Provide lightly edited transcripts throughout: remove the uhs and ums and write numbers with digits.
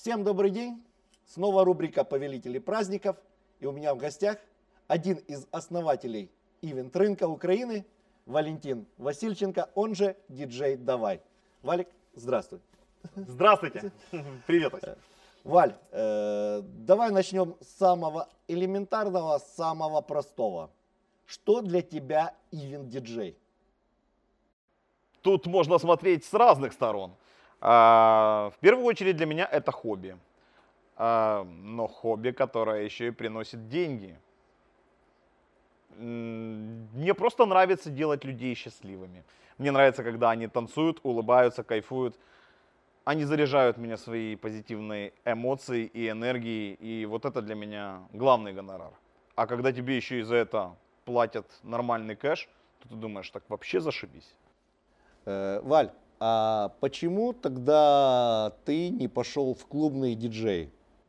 Всем добрый день! Снова рубрика «Повелители праздников». И у меня в гостях один из основателей ивент-рынка Украины Валентин Васильченко, он же диджей Давай. Валик, здравствуй. Здравствуйте. Привет. Валь, давай начнем с самого элементарного, самого простого. Что для тебя ивент-диджей? Тут можно смотреть с разных сторон. В первую очередь для меня это хобби. Но хобби, которое еще и приносит деньги. Мне просто нравится делать людей счастливыми. Мне нравится, когда они танцуют, улыбаются, кайфуют. Они заряжают меня своей позитивной эмоцией и энергией. И вот это для меня главный гонорар. А когда тебе еще и за это платят нормальный кэш, то ты думаешь, так вообще зашибись. Валь, а почему тогда ты не пошел в клубные диджеи?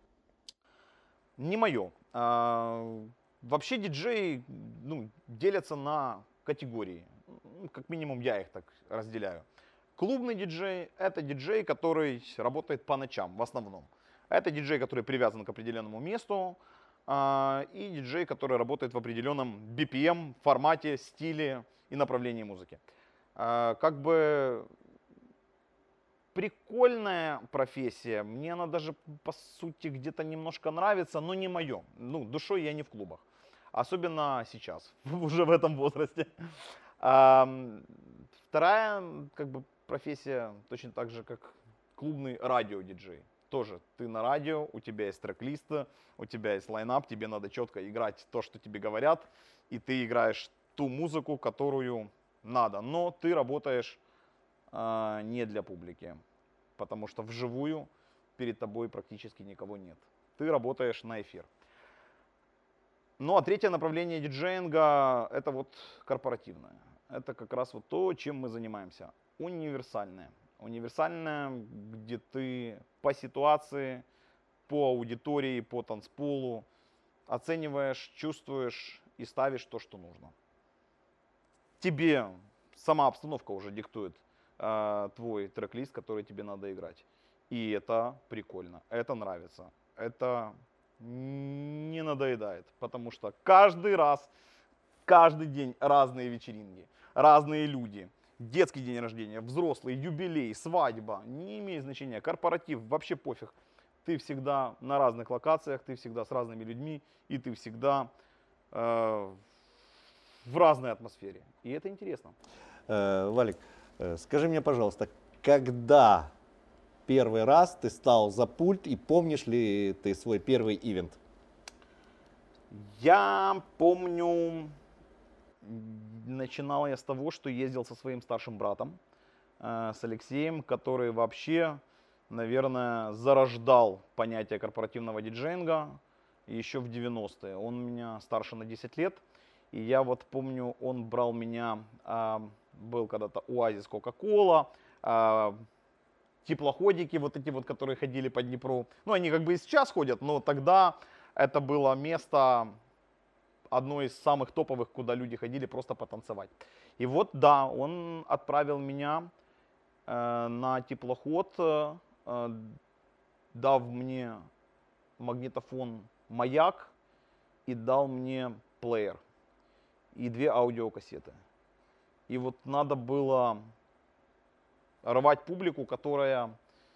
Не мое. Вообще диджеи делятся на категории. Как минимум я их так разделяю. Клубный диджей — это диджей, который работает по ночам в основном. Это диджей, который привязан к определенному месту. И диджей, который работает в определенном BPM, формате, стиле и направлении музыки. Как бы прикольная профессия. Мне она даже по сути где-то немножко нравится, но не мое. Душой я не в клубах. Особенно сейчас, уже в этом возрасте. Вторая профессия точно так же, как клубный радиодиджей. Тоже ты на радио, у тебя есть трек-лист, у тебя есть лайнап, тебе надо четко играть то, что тебе говорят, и ты играешь ту музыку, которую надо. Но ты работаешь не для публики, потому что вживую перед тобой практически никого нет. Ты работаешь на эфир. Ну а третье направление диджеинга — это вот корпоративное. Это как раз вот то, чем мы занимаемся. Универсальное. Универсальное, где ты по ситуации, по аудитории, по танцполу оцениваешь, чувствуешь и ставишь то, что нужно. Тебе сама обстановка уже диктует твой трек-лист, который тебе надо играть. И это прикольно, это нравится, это не надоедает, потому что каждый раз, каждый день разные вечеринки, разные люди. Детский день рождения, взрослый, юбилей, свадьба, не имеет значения, корпоратив, вообще пофиг. Ты всегда на разных локациях, ты всегда с разными людьми, и ты всегда в разной атмосфере. И это интересно. Валик, скажи мне, пожалуйста, когда первый раз ты стал за пульт и помнишь ли ты свой первый ивент? Я помню, начинал я с того, что ездил со своим старшим братом, с Алексеем, который вообще, наверное, зарождал понятие корпоративного диджеинга еще в 90-е. Он меня старше на 10 лет. И я вот помню, он брал меня, был когда-то Оазис Кока-Кола, теплоходики вот эти вот, которые ходили по Днепру. Ну, они как бы и сейчас ходят, но тогда это было место, одно из самых топовых, куда люди ходили просто потанцевать. И вот, да, он отправил меня на теплоход, дав мне магнитофон «Маяк» и дал мне плеер и 2 аудиокассеты. И вот надо было рвать публику, которая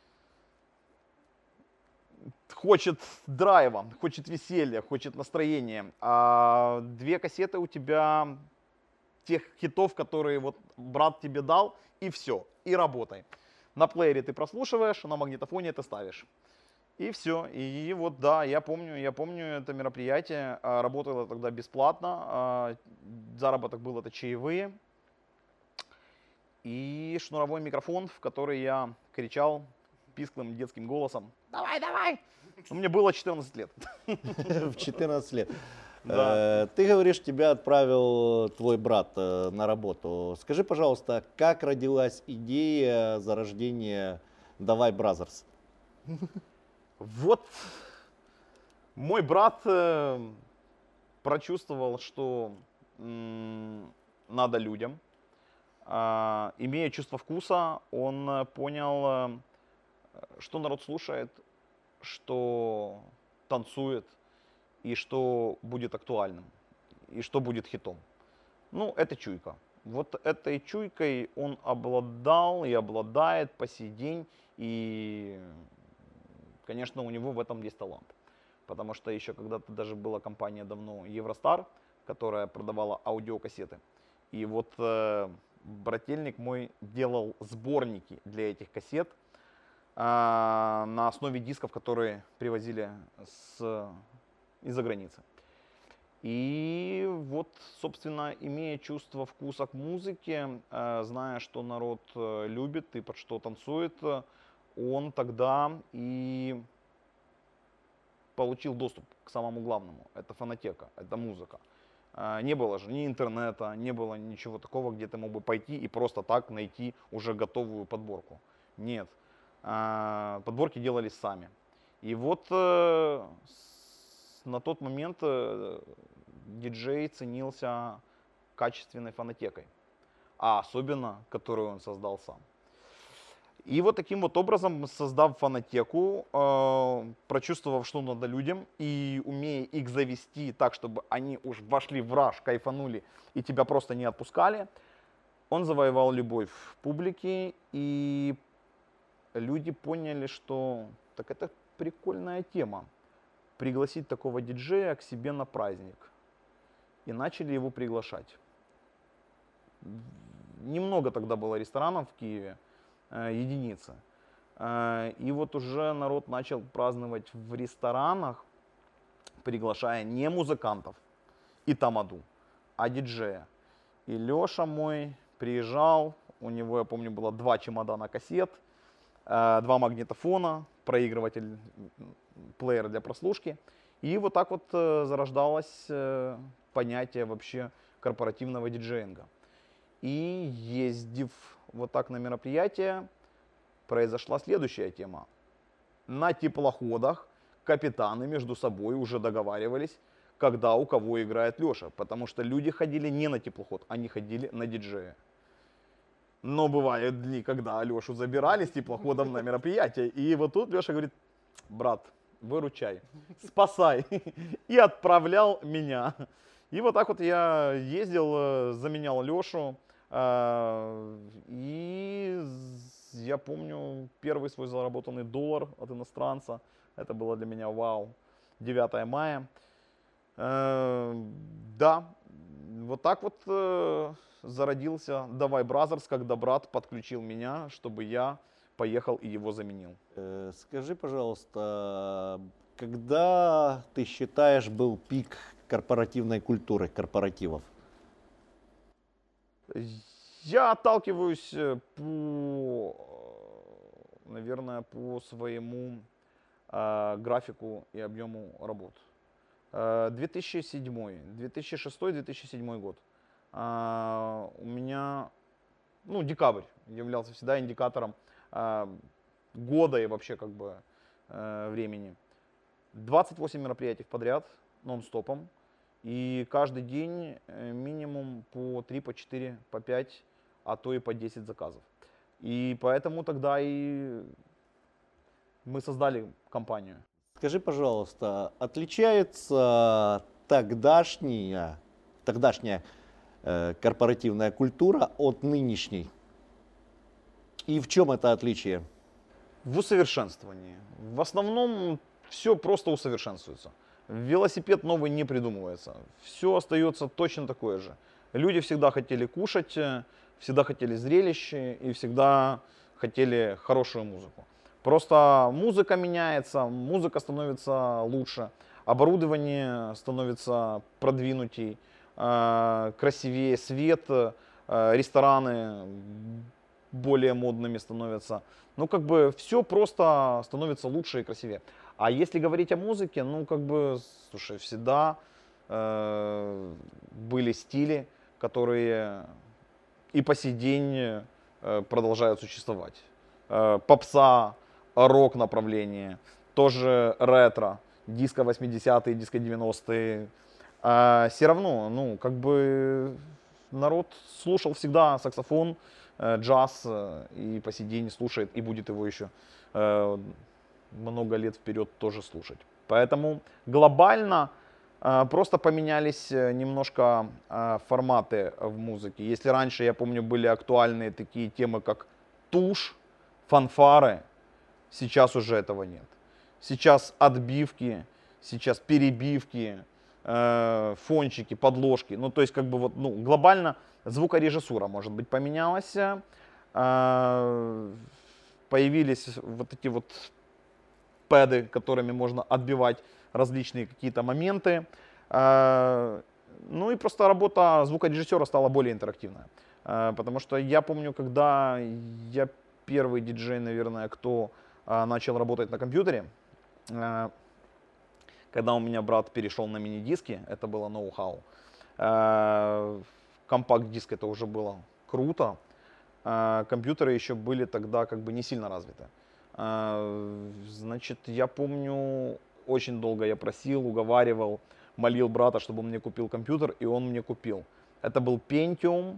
хочет драйва, хочет веселья, хочет настроения. А 2 кассеты у тебя тех хитов, которые вот брат тебе дал, и все, и работай. На плеере ты прослушиваешь, на магнитофоне ты ставишь. И все. И вот да, я помню это мероприятие. Работало тогда бесплатно. Заработок был это чаевые. И шнуровой микрофон, в который я кричал писклым детским голосом: «Давай, давай!» Мне было 14 лет. В 14 лет. Да. Ты говоришь, тебя отправил твой брат на работу. Скажи, пожалуйста, как родилась идея зарождения Давай Бразерс? Вот мой брат прочувствовал, что надо людям. Имея чувство вкуса, он понял, что народ слушает, что танцует и что будет актуальным, и что будет хитом. Ну, это чуйка. Вот этой чуйкой он обладал и обладает по сей день. И, конечно, у него в этом есть талант. Потому что еще когда-то даже была компания давно Евростар, которая продавала аудиокассеты. И вот брательник мой делал сборники для этих кассет на основе дисков, которые привозили из-за границы. И вот, собственно, имея чувство вкуса к музыке, зная, что народ любит и под что танцует, он тогда и получил доступ к самому главному. Это фонотека, это музыка. Не было же ни интернета, не было ничего такого, где ты мог бы пойти и просто так найти уже готовую подборку. Нет. Подборки делались сами. И вот на тот момент диджей ценился качественной фонотекой, а особенно, которую он создал сам. И вот таким вот образом, создав фонотеку, прочувствовав, что надо людям, и умея их завести так, чтобы они уж вошли в раж, кайфанули и тебя просто не отпускали, он завоевал любовь публики, и люди поняли, что так это прикольная тема. Пригласить такого диджея к себе на праздник. И начали его приглашать. Немного тогда было ресторанов в Киеве, единицы. И вот уже народ начал праздновать в ресторанах, приглашая не музыкантов и тамаду, а диджея. И Леша мой приезжал, у него, я помню, было 2 чемодана кассет, 2 магнитофона, проигрыватель, плеер для прослушки. И вот так вот зарождалось понятие вообще корпоративного диджеинга. И ездив вот так на мероприятие, произошла следующая тема. На теплоходах капитаны между собой уже договаривались, когда у кого играет Леша. Потому что люди ходили не на теплоход, они ходили на диджея. Но бывают дни, когда Лешу забирали с теплоходом на мероприятие. И вот тут Леша говорит: брат, выручай, спасай. И отправлял меня. И вот так вот я ездил, заменял Лешу. И я помню первый свой заработанный $1 от иностранца. Это было для меня вау. 9 мая. Да, вот так вот зародился Давай Бразерс, когда брат подключил меня, чтобы я поехал и его заменил. Скажи, пожалуйста, когда ты считаешь был пик корпоративной культуры, корпоративов? Я отталкиваюсь наверное, по своему графику и объему работ. 2007, 2006, 2007 год. У меня, ну, декабрь являлся всегда индикатором года и вообще как бы времени. 28 мероприятий подряд, нон-стопом. И каждый день минимум по 3, по 4, по 5, а то и по 10 заказов. И поэтому тогда и мы создали компанию. Скажи, пожалуйста, отличается тогдашняя корпоративная культура от нынешней? И в чем это отличие? В усовершенствовании. В основном все просто усовершенствуется. Велосипед новый не придумывается. Все остается точно такое же. Люди всегда хотели кушать, всегда хотели зрелище и всегда хотели хорошую музыку. Просто музыка меняется, музыка становится лучше, оборудование становится продвинутей, красивее свет, рестораны более модными становятся. Ну, как бы все просто становится лучше и красивее. А если говорить о музыке, ну, как бы, слушай, всегда были стили, которые и по сей день продолжают существовать. Попса, рок направление, тоже ретро, диско 80-е, диско 90-е. Все равно, ну, как бы народ слушал всегда саксофон, джаз и по сей день слушает и будет его еще много лет вперед тоже слушать. Поэтому глобально просто поменялись немножко форматы в музыке. Если раньше, я помню, были актуальные такие темы, как тушь, фанфары, сейчас уже этого нет. Сейчас отбивки, сейчас перебивки, фончики, подложки. Ну, то есть, как бы вот, ну, глобально звукорежиссура, может быть, поменялась. Появились вот эти вот пэды, которыми можно отбивать различные какие-то моменты. Ну и просто работа звукорежиссера стала более интерактивная. Потому что я помню, когда я первый диджей, наверное, кто начал работать на компьютере, когда у меня брат перешел на мини-диски, это было ноу-хау. Компакт-диск это уже было круто. Компьютеры еще были тогда как бы не сильно развиты. Значит, я помню, очень долго я просил, уговаривал, молил брата, чтобы он мне купил компьютер, и он мне купил. Это был Pentium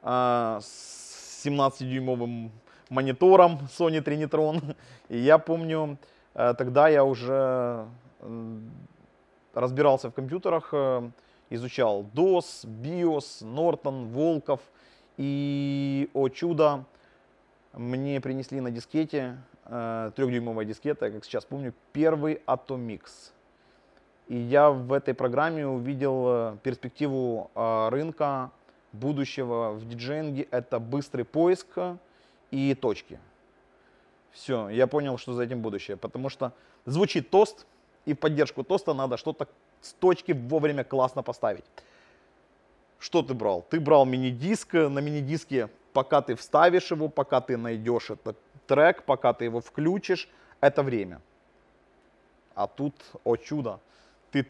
с 17-дюймовым монитором Sony Trinitron. И я помню, тогда я уже разбирался в компьютерах, изучал DOS, BIOS, Norton, Волков. И, о чудо, мне принесли на дискете, 3-дюймовая дискета, я как сейчас помню, первый Atomix. И я в этой программе увидел перспективу рынка будущего в диджеинге. Это быстрый поиск и точки. Все, я понял, что за этим будущее. Потому что звучит тост, и в поддержку тоста надо что-то с точки вовремя классно поставить. Что ты брал? Ты брал мини-диск. На мини-диске, пока ты вставишь его, пока ты найдешь этот трек, пока ты его включишь, это время. А тут, о чудо, ты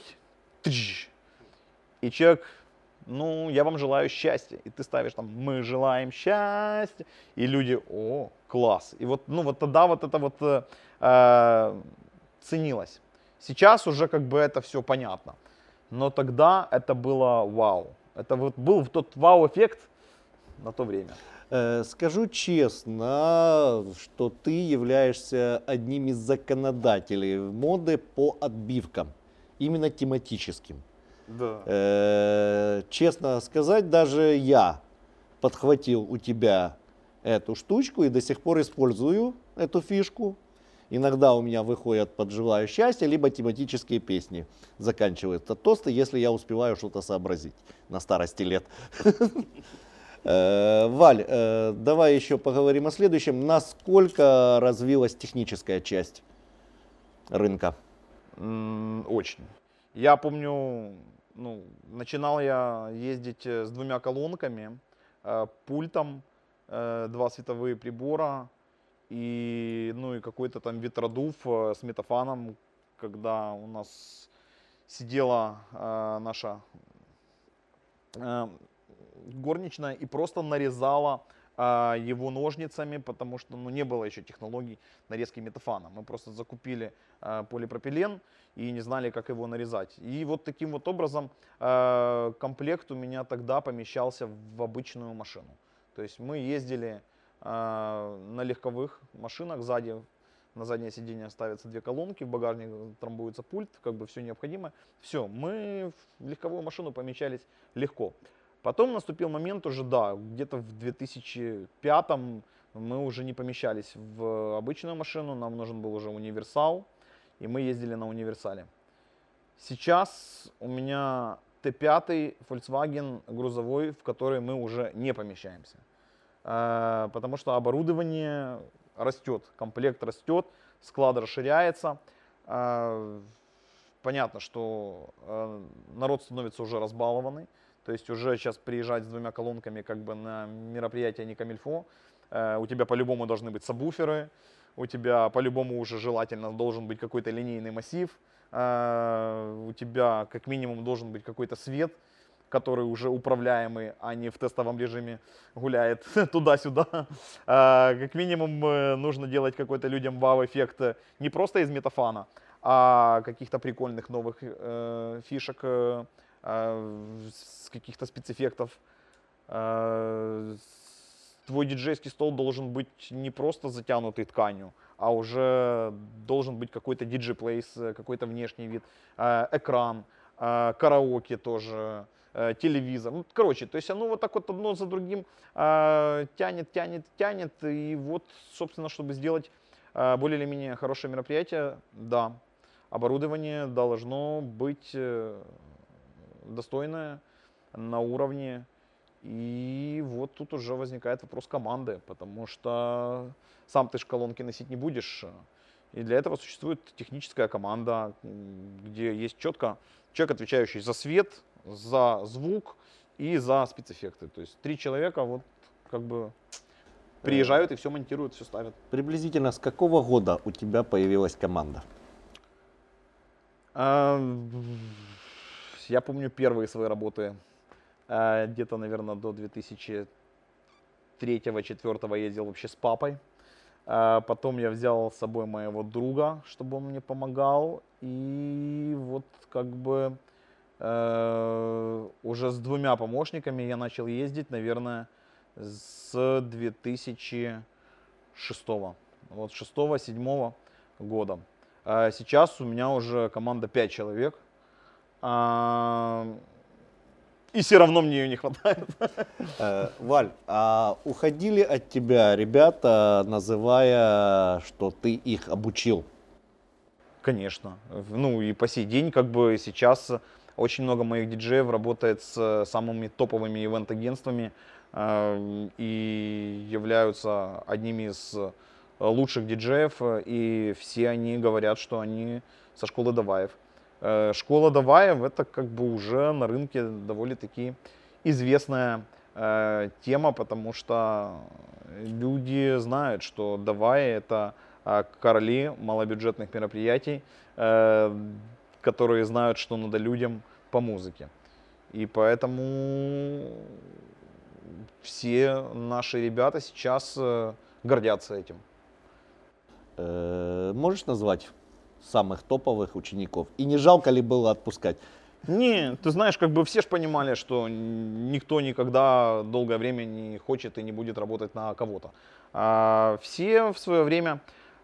и человек, ну, я вам желаю счастья. И ты ставишь там, мы желаем счастья. И люди, о, класс. И вот, ну, вот тогда вот это вот ценилось. Сейчас уже как бы это все понятно. Но тогда это было вау. Это вот был тот вау-эффект на то время. Скажу честно, что ты являешься одним из законодателей моды по отбивкам, именно тематическим. Да. Честно сказать, даже я подхватил у тебя эту штучку и до сих пор использую эту фишку. Иногда у меня выходят под «Желаю счастья», либо тематические песни. Заканчиваются тосты, если я успеваю что-то сообразить на старости лет. Валь, давай еще поговорим о следующем. Насколько развилась техническая часть рынка? Очень. Я помню, ну, начинал я ездить с 2 колонками, пультом, 2 световые прибора и, ну, и какой-то там ветродув с метафаном, когда у нас сидела наша горничная и просто нарезала его ножницами, потому что, ну, не было еще технологий нарезки метафана. Мы просто закупили полипропилен и не знали, как его нарезать. И вот таким вот образом комплект у меня тогда помещался в обычную машину. То есть мы ездили на легковых машинах, сзади, на заднее сиденье ставятся 2 колонки, в багажник трамбуется пульт, как бы все необходимое. Все, мы в легковую машину помещались легко. Потом наступил момент уже, да, где-то в 2005-м мы уже не помещались в обычную машину, нам нужен был уже универсал, и мы ездили на универсале. Сейчас у меня Т5 Volkswagen грузовой, в который мы уже не помещаемся. Потому что оборудование растет, комплект растет, склад расширяется. Понятно, что народ становится уже разбалованный. То есть уже сейчас приезжать с 2 колонками как бы на мероприятие не камильфо. У тебя по-любому должны быть сабвуферы, у тебя по-любому уже желательно должен быть какой-то линейный массив, у тебя как минимум должен быть какой-то свет, который уже управляемый, а не в тестовом режиме гуляет туда-сюда. Как минимум нужно делать какой-то людям вау-эффект не просто из метафана, а каких-то прикольных новых фишек, с каких-то спецэффектов. твой диджейский стол должен быть не просто затянутый тканью, а уже должен быть какой-то диджей-плейс, какой-то внешний вид, экран, караоке тоже, телевизор. Ну, короче, то есть оно вот так вот одно за другим тянет, тянет, тянет. И вот, собственно, чтобы сделать более или менее хорошее мероприятие, да, оборудование должно быть достойное, на уровне. И вот тут уже возникает вопрос команды, потому что сам ты ж колонки носить не будешь. И для этого существует техническая команда, где есть четко человек, отвечающий за свет, за звук и за спецэффекты. То есть 3 человека вот как бы приезжают и все монтируют, все ставят. Приблизительно с какого года у тебя появилась команда? Я помню первые свои работы. Где-то, наверное, до 2003-2004 ездил вообще с папой. Потом я взял с собой моего друга, чтобы он мне помогал. И вот как бы уже с 2 помощниками я начал ездить, наверное, с 2006, вот 6-7 года. Сейчас у меня уже команда 5 человек. И все равно мне ее не хватает. Валь, а уходили от тебя ребята, называя, что ты их обучил? Конечно. Ну и по сей день, как бы сейчас очень много моих диджеев работает с самыми топовыми ивент-агентствами и являются одними из лучших диджеев. И все они говорят, что они со школы Даваев. Школа Даваев — это как бы уже на рынке довольно-таки известная тема, потому что люди знают, что Даваи — это короли малобюджетных мероприятий, которые знают, что надо людям по музыке. И поэтому все наши ребята сейчас гордятся этим. Можешь назвать самых топовых учеников? И не жалко ли было отпускать? Не, ты знаешь, как бы все же понимали, что никто никогда долгое время не хочет и не будет работать на кого-то. Все в свое время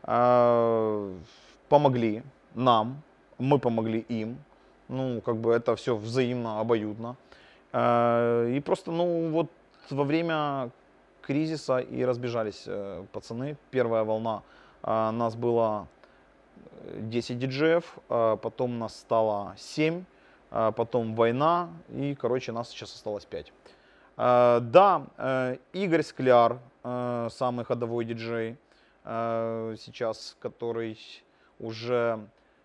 помогли нам, мы помогли им. Ну, как бы это все взаимно, обоюдно. И просто, ну, вот во время кризиса и разбежались пацаны. Первая волна, нас было 10 диджеев, потом нас стало 7, потом война, и, короче, нас сейчас осталось 5. Да, Игорь Скляр, самый ходовой диджей сейчас, который уже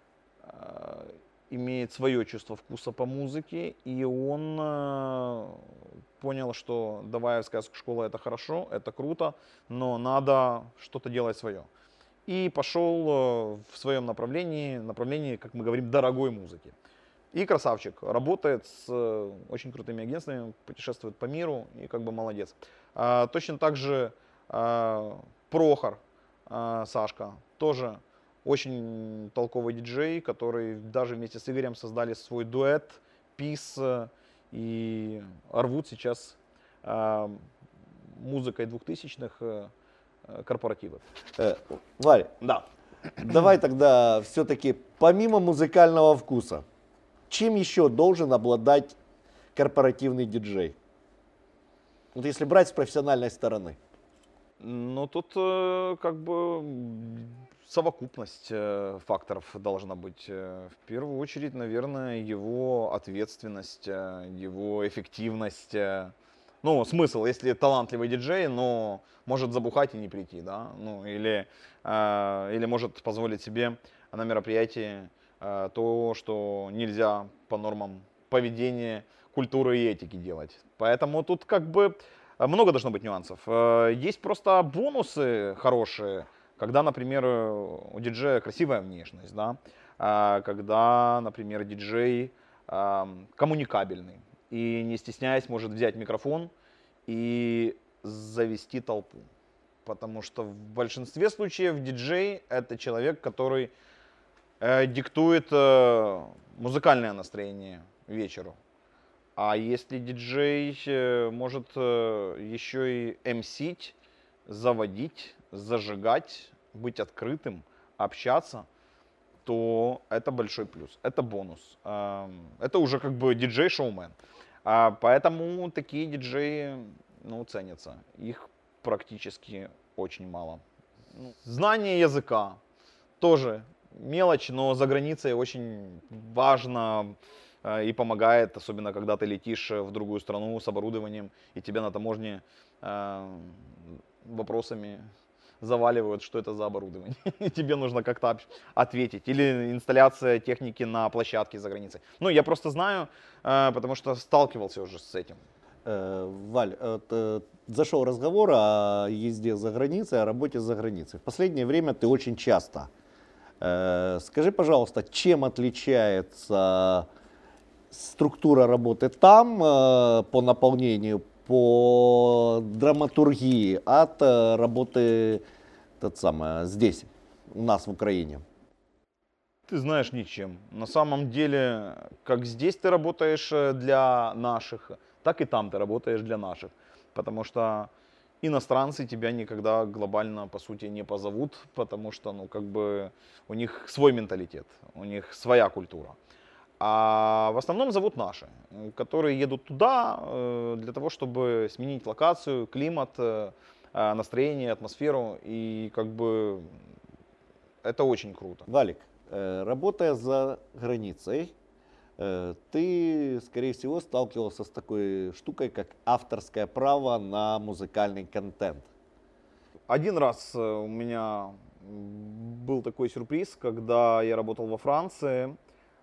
имеет свое чувство вкуса по музыке, и он понял, что Даваевская школа — это хорошо, это круто, но надо что-то делать свое. И пошел в своем направлении, как мы говорим, дорогой музыки. И красавчик, работает с очень крутыми агентствами, путешествует по миру и как бы молодец. Точно так же Прохор, Сашка, тоже очень толковый диджей, который даже вместе с Игорем создали свой дуэт, Peace, и рвут сейчас музыкой 2000-х корпоративы. Валь, Да. давай тогда все-таки помимо музыкального вкуса, чем еще должен обладать корпоративный диджей? Вот если брать с профессиональной стороны. Ну, тут как бы совокупность факторов должна быть. В первую очередь, наверное, его ответственность, его эффективность. Ну, смысл, если талантливый диджей, но может забухать и не прийти, да, ну, или может позволить себе на мероприятии то, что нельзя по нормам поведения, культуры и этики делать. Поэтому тут как бы много должно быть нюансов. Есть просто бонусы хорошие, когда, например, у диджея красивая внешность, да, когда, например, диджей коммуникабельный и, не стесняясь, может взять микрофон и завести толпу. Потому что в большинстве случаев диджей — это человек, который диктует музыкальное настроение вечеру. А если диджей может еще и эмсить, заводить, зажигать, быть открытым, общаться, то это большой плюс, это бонус. Это уже как бы диджей-шоумен. Поэтому такие диджеи, ну, ценятся. Их практически очень мало. Ну, знание языка тоже мелочь, но за границей очень важно и помогает, особенно когда ты летишь в другую страну с оборудованием, и тебя на таможне вопросами заваливают, что это за оборудование. И тебе нужно как-то ответить. Или инсталляция техники на площадке за границей. Ну, я просто знаю, потому что сталкивался уже с этим. Валь, зашел разговор о езде за границей, о работе за границей. В последнее время ты очень часто. Скажи, пожалуйста, чем отличается структура работы там по наполнению, по драматургии от работы здесь, у нас в Украине? Ты знаешь, ничем. На самом деле, как здесь ты работаешь для наших, так и там ты работаешь для наших. Потому что иностранцы тебя никогда глобально, по сути, не позовут, потому что, ну, как бы у них свой менталитет, у них своя культура. А в основном зовут наши, которые едут туда для того, чтобы сменить локацию, климат, настроение, атмосферу. И как бы это очень круто. Валик, работая за границей, ты, скорее всего, сталкивался с такой штукой, как авторское право на музыкальный контент. Один раз у меня был такой сюрприз, когда я работал во Франции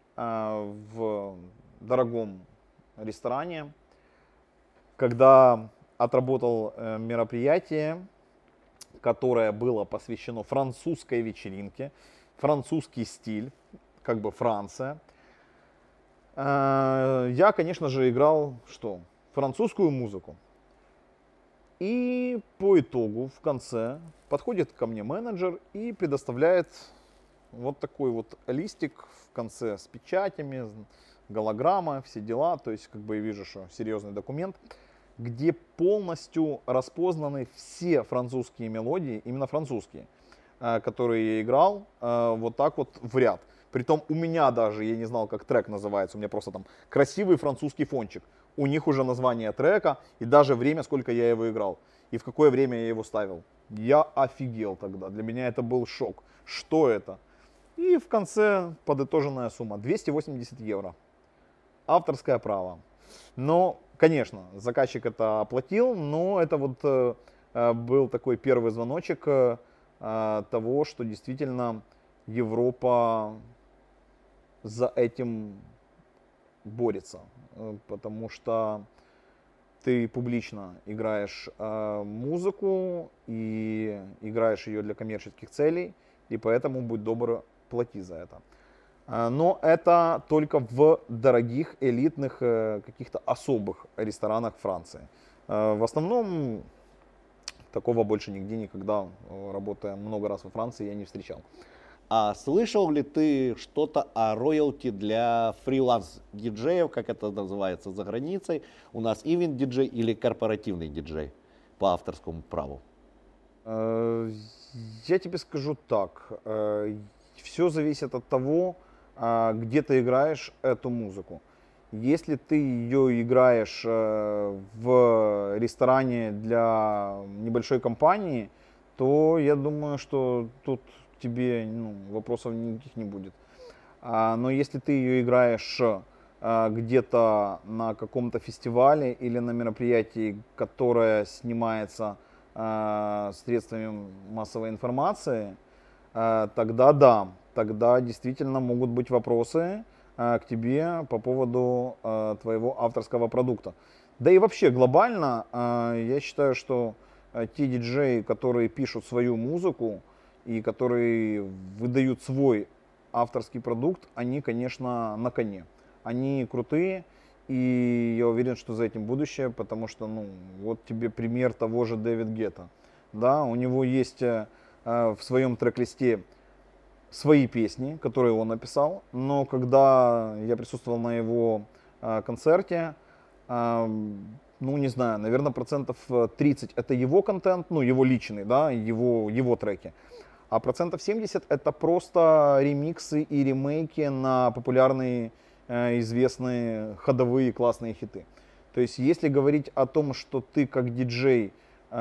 в дорогом ресторане, когда отработал мероприятие, которое было посвящено французской вечеринке, французский стиль, как бы Франция. Я, конечно же, играл что? Французскую музыку. И по итогу, в конце, подходит ко мне менеджер и предоставляет вот такой вот листик в конце с печатями, голограмма, все дела. То есть, как бы я вижу, что серьезный документ, где полностью распознаны все французские мелодии, именно французские, которые я играл, вот так вот в ряд. Притом у меня даже, я не знал, как трек называется, у меня просто там красивый французский фончик. У них уже название трека и даже время, сколько я его играл. И в какое время я его ставил. Я офигел тогда, для меня это был шок. Что это? И в конце подытоженная сумма 280 евро. Авторское право. Но, конечно, заказчик это оплатил, но это вот был такой первый звоночек того, что действительно Европа за этим борется, потому что ты публично играешь музыку и играешь ее для коммерческих целей, и поэтому будь добр, плати за это. Но это только в дорогих, элитных, каких-то особых ресторанах Франции. В основном такого больше нигде никогда, работая много раз во Франции, я не встречал. А слышал ли ты что-то о роялти для фриланс-диджеев, как это называется за границей? У нас ивент-диджей или корпоративный диджей по авторскому праву? Я тебе скажу так. Все зависит от того, где ты играешь эту музыку. Если ты ее играешь в ресторане для небольшой компании, то я думаю, что тут тебе вопросов никаких не будет. Но если ты ее играешь где-то на каком-то фестивале или на мероприятии, которое снимается средствами массовой информации, тогда да, тогда действительно могут быть вопросы к тебе по поводу твоего авторского продукта. Да и вообще глобально я считаю, что те диджеи, которые пишут свою музыку и которые выдают свой авторский продукт, они, конечно, на коне. Они крутые, и я уверен, что за этим будущее, потому что, вот тебе пример того же Дэвид Гетта. Да, у него есть в своем трек-листе свои песни, которые он написал, но когда я присутствовал на его концерте, ну, не знаю, наверное, процентов 30 это его контент, ну, его личный, да, его треки. А процентов 70 это просто ремиксы и ремейки на популярные, известные, ходовые, классные хиты. То есть, если говорить о том, что ты как диджей,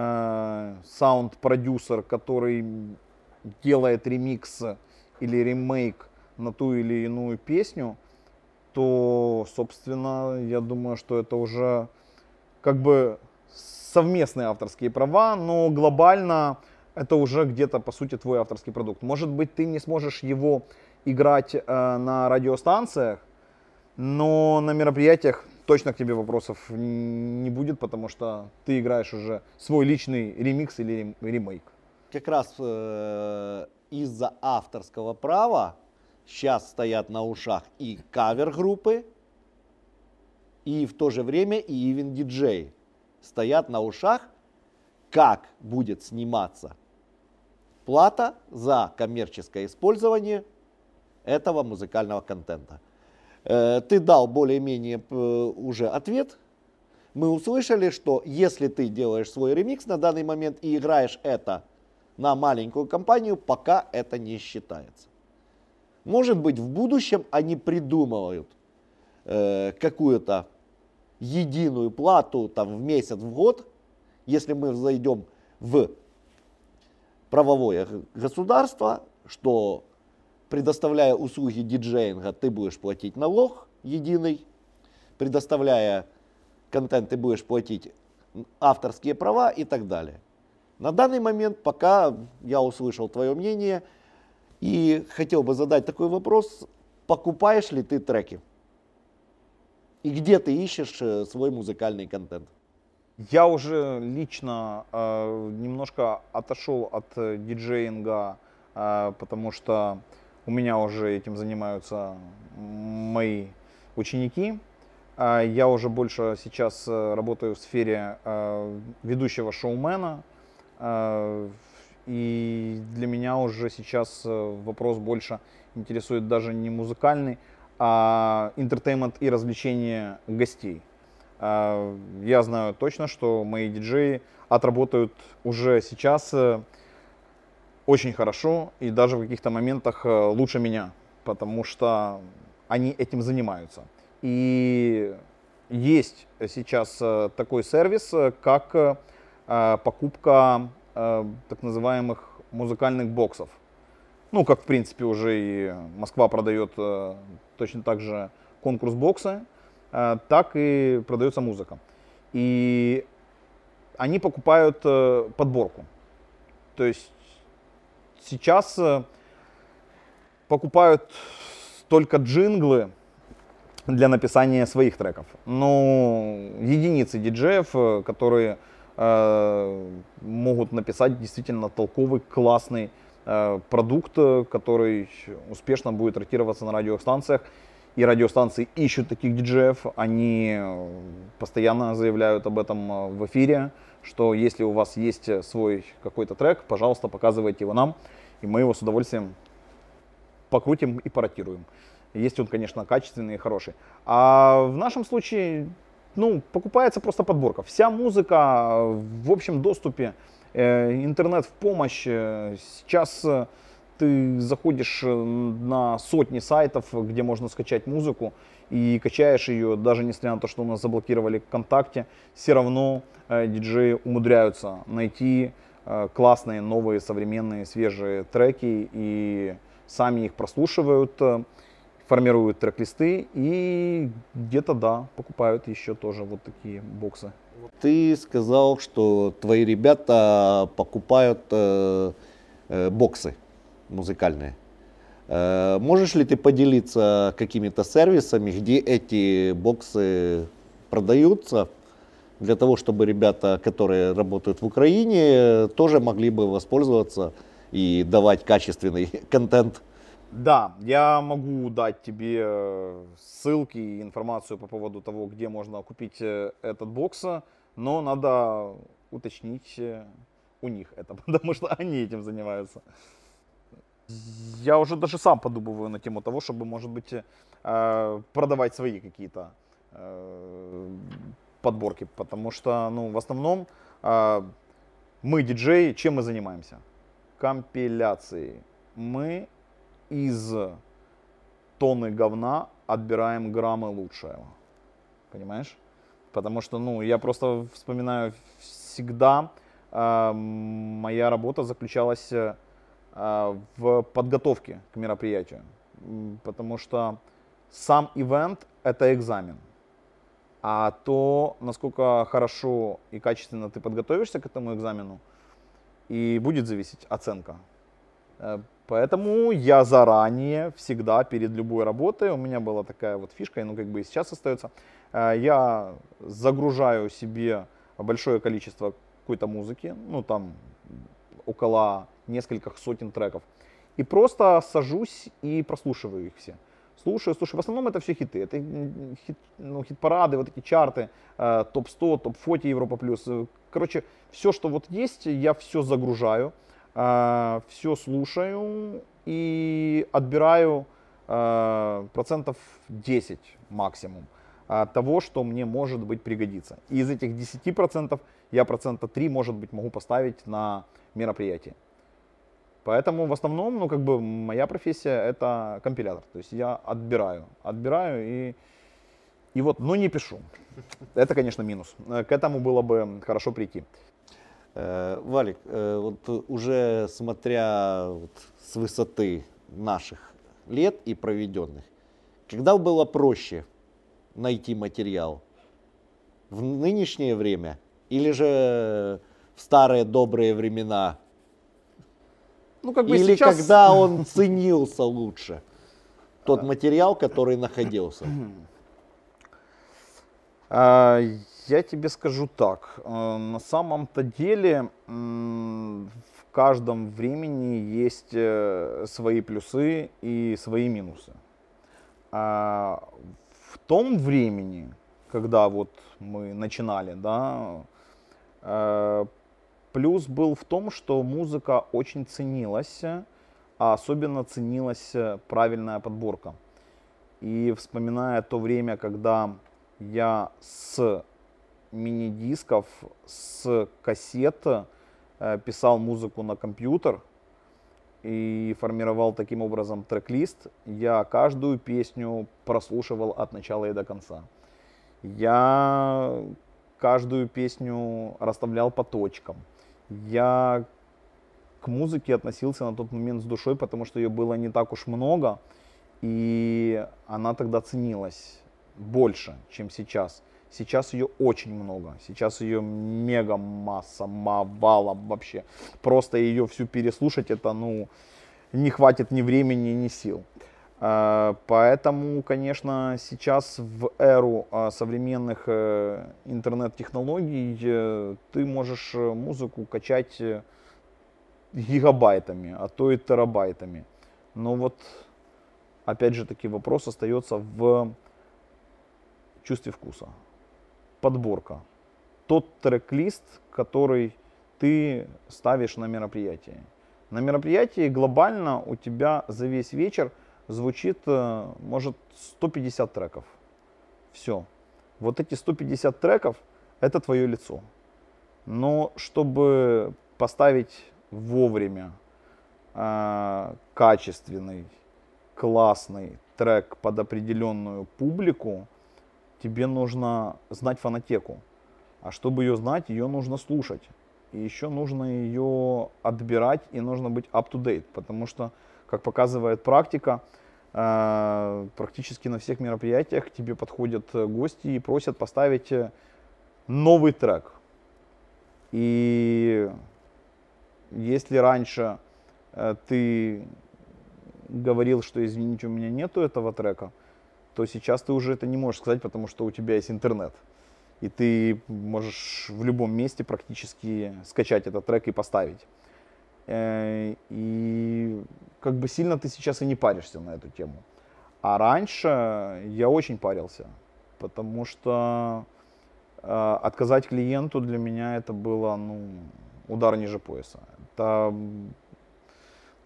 саунд-продюсер, который делает ремикс или ремейк на ту или иную песню, то, собственно, я думаю, что это уже как бы совместные авторские права, но глобально это уже где-то, по сути, твой авторский продукт. Может быть, ты не сможешь его играть на радиостанциях, но на мероприятиях точно к тебе вопросов не будет, потому что ты играешь уже свой личный ремикс или ремейк. Как раз из-за авторского права сейчас стоят на ушах и кавер-группы, и в то же время и ивент-диджеи. Стоят на ушах, как будет сниматься плата за коммерческое использование этого музыкального контента. Ты дал более-менее уже ответ. Мы услышали, что если ты делаешь свой ремикс на данный момент и играешь это на маленькую компанию, пока это не считается. Может быть, в будущем они придумывают какую-то единую плату там, в месяц, в год, если мы зайдем в правовое государство, что предоставляя услуги диджеинга, ты будешь платить налог единый, предоставляя контент, ты будешь платить авторские права и так далее. На данный момент, пока я услышал твое мнение и хотел бы задать такой вопрос, покупаешь ли ты треки? И где ты ищешь свой музыкальный контент? Я уже лично немножко отошел от диджеинга, потому что у меня уже этим занимаются мои ученики. Я уже больше сейчас работаю в сфере ведущего шоумена. И для меня уже сейчас вопрос больше интересует даже не музыкальный, а интертеймент и развлечение гостей. Я знаю точно, что мои диджеи отработают уже сейчас очень хорошо и даже в каких-то моментах лучше меня, потому что они этим занимаются. И есть сейчас такой сервис, как покупка так называемых музыкальных боксов. Ну, как в принципе уже и Москва продает точно так же конкурс-боксы, так и продается музыка. И они покупают подборку. То есть сейчас покупают только джинглы для написания своих треков. Но единицы диджеев, которые могут написать действительно толковый, классный продукт, который успешно будет ротироваться на радиостанциях. И радиостанции ищут таких диджеев, они постоянно заявляют об этом в эфире, что если у вас есть свой какой-то трек, пожалуйста, показывайте его нам, и мы его с удовольствием покрутим и поротируем. Если он, конечно, качественный и хороший. А в нашем случае, ну, покупается просто подборка. Вся музыка в общем доступе, интернет в помощь. Сейчас ты заходишь на сотни сайтов, где можно скачать музыку, и качаешь ее, даже несмотря на то, что у нас заблокировали ВКонтакте, все равно диджеи умудряются найти классные, новые, современные, свежие треки, и сами их прослушивают, формируют трек-листы и где-то, да, покупают еще тоже вот такие боксы. Ты сказал, что твои ребята покупают боксы музыкальные. Можешь ли ты поделиться какими-то сервисами, где эти боксы продаются, для того, чтобы ребята, которые работают в Украине, тоже могли бы воспользоваться и давать качественный контент? Да, я могу дать тебе ссылки и информацию по поводу того, где можно купить этот бокс, но надо уточнить у них это, потому что они этим занимаются. Я уже даже сам подумываю на тему того, чтобы, может быть, продавать свои какие-то подборки, потому что, ну, в основном мы, диджеи, чем мы занимаемся? Компиляцией. Мы из тонны говна отбираем граммы лучшего. Понимаешь? Потому что, ну, я просто вспоминаю всегда, моя работа заключалась в подготовке к мероприятию. Потому что сам ивент — это экзамен. А то, насколько хорошо и качественно ты подготовишься к этому экзамену, и будет зависеть оценка. Поэтому я заранее, всегда перед любой работой, у меня была такая вот фишка, ну как бы и сейчас остается, я загружаю себе большое количество какой-то музыки, ну там около нескольких сотен треков, и просто сажусь и прослушиваю их все. Слушаю. В основном это все хиты. Это хит-парады, вот эти чарты, топ-100, топ-40 Европа плюс. Короче, все, что вот есть, я все загружаю, все слушаю и отбираю процентов 10 максимум того, что мне, может быть, пригодится. И из этих 10% я процента 3, может быть, могу поставить на мероприятие. Поэтому в основном, ну, как бы моя профессия — это компилятор. То есть я отбираю и вот, но не пишу. Это, конечно, минус. К этому было бы хорошо прийти. Валик, вот уже смотря вот с высоты наших лет и проведенных, когда было проще найти материал? В нынешнее время или же в старые добрые времена? Ну, как бы или сейчас... когда он ценился лучше, тот материал, который находился? Я тебе скажу так, на самом-то деле в каждом времени есть свои плюсы и свои минусы. В том времени, когда вот мы начинали, да, плюс был в том, что музыка очень ценилась, а особенно ценилась правильная подборка. И вспоминая то время, когда я с мини-дисков, с кассет писал музыку на компьютер и формировал таким образом трек-лист, я каждую песню прослушивал от начала и до конца. Я каждую песню расставлял по точкам. Я к музыке относился на тот момент с душой, потому что ее было не так уж много, и она тогда ценилась больше, чем сейчас. Сейчас ее очень много, сейчас ее мега масса, валом вообще. Просто ее всю переслушать, это, ну, не хватит ни времени, ни сил. Поэтому, конечно, сейчас в эру современных интернет-технологий ты можешь музыку качать гигабайтами, а то и терабайтами. Но вот, опять же таки, вопрос остается в чувстве вкуса. Подборка. Тот трек-лист, который ты ставишь на мероприятие. На мероприятии глобально у тебя за весь вечер звучит, может, 150 треков. Все. Вот эти 150 треков — это твое лицо. Но чтобы поставить вовремя качественный, классный трек под определенную публику, тебе нужно знать фонотеку. А чтобы ее знать, ее нужно слушать. И еще нужно ее отбирать, и нужно быть up-to-date. Потому что, как показывает практика, практически на всех мероприятиях к тебе подходят гости и просят поставить новый трек. И если раньше ты говорил, что извините, у меня нету этого трека, то сейчас ты уже это не можешь сказать, потому что у тебя есть интернет. И ты можешь в любом месте практически скачать этот трек и поставить. И как бы сильно ты сейчас и не паришься на эту тему. А раньше я очень парился, потому что отказать клиенту для меня это было, ну, удар ниже пояса. Это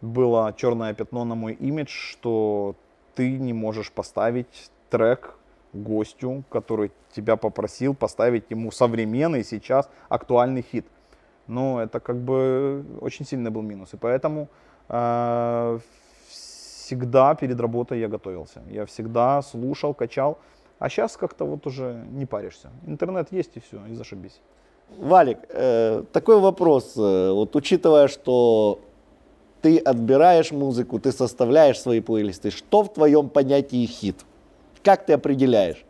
было черное пятно на мой имидж, что ты не можешь поставить трек гостю, который тебя попросил поставить ему современный сейчас актуальный хит. Ну, это как бы очень сильный был минус. И поэтому всегда перед работой я готовился. Я всегда слушал, качал. А сейчас как-то вот уже не паришься. Интернет есть и все, и зашибись. Валик, такой вопрос. Вот учитывая, что ты отбираешь музыку, ты составляешь свои плейлисты, что в твоем понятии хит? Как ты определяешь?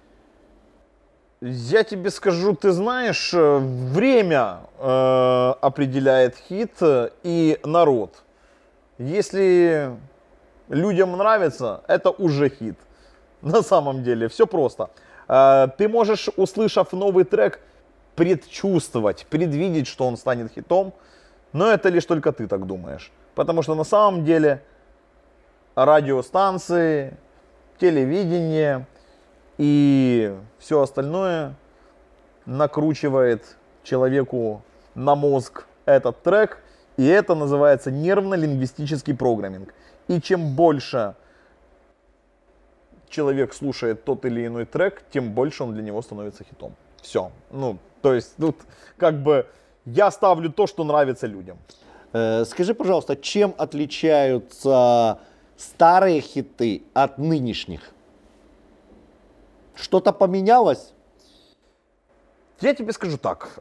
Я тебе скажу, ты знаешь, время определяет хит и народ. Если людям нравится, это уже хит. На самом деле, все просто. Ты можешь, услышав новый трек, предчувствовать, предвидеть, что он станет хитом, но это лишь только ты так думаешь. Потому что на самом деле радиостанции, телевидение и все остальное накручивает человеку на мозг этот трек, и это называется нервно-лингвистический программинг. И чем больше человек слушает тот или иной трек, тем больше он для него становится хитом. Все. Ну, то есть тут как бы я ставлю то, что нравится людям. Скажи, пожалуйста, чем отличаются старые хиты от нынешних? Что-то поменялось? Я тебе скажу так.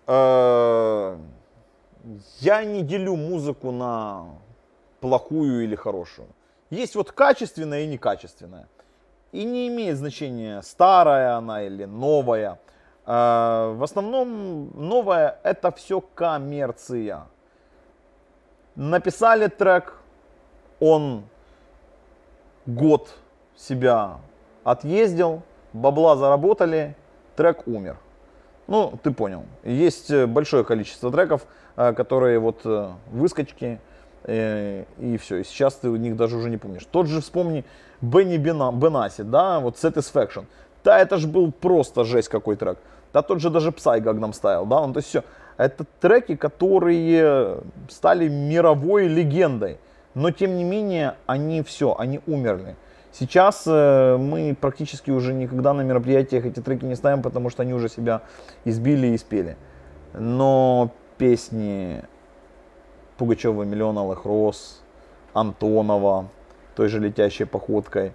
Я не делю музыку на плохую или хорошую. Есть вот качественная и некачественная. И не имеет значения, старая она или новая. В основном новая — это все коммерция. Написали трек, он год себя отъездил, бабла заработали, трек умер. Ну, ты понял. Есть большое количество треков, которые вот выскочки, и все. И сейчас ты у них даже уже не помнишь. Тот же вспомни Бенни Бенаси, да, вот Satisfaction. Да, это же был просто жесть какой трек. Да, тот же даже Psy Gangnam Style, да, ну то есть все. Это треки, которые стали мировой легендой. Но тем не менее, они все, они умерли. Сейчас мы практически уже никогда на мероприятиях эти треки не ставим, потому что они уже себя избили и спели. Но песни Пугачева «Миллион алых роз», Антонова, той же «Летящей походкой»,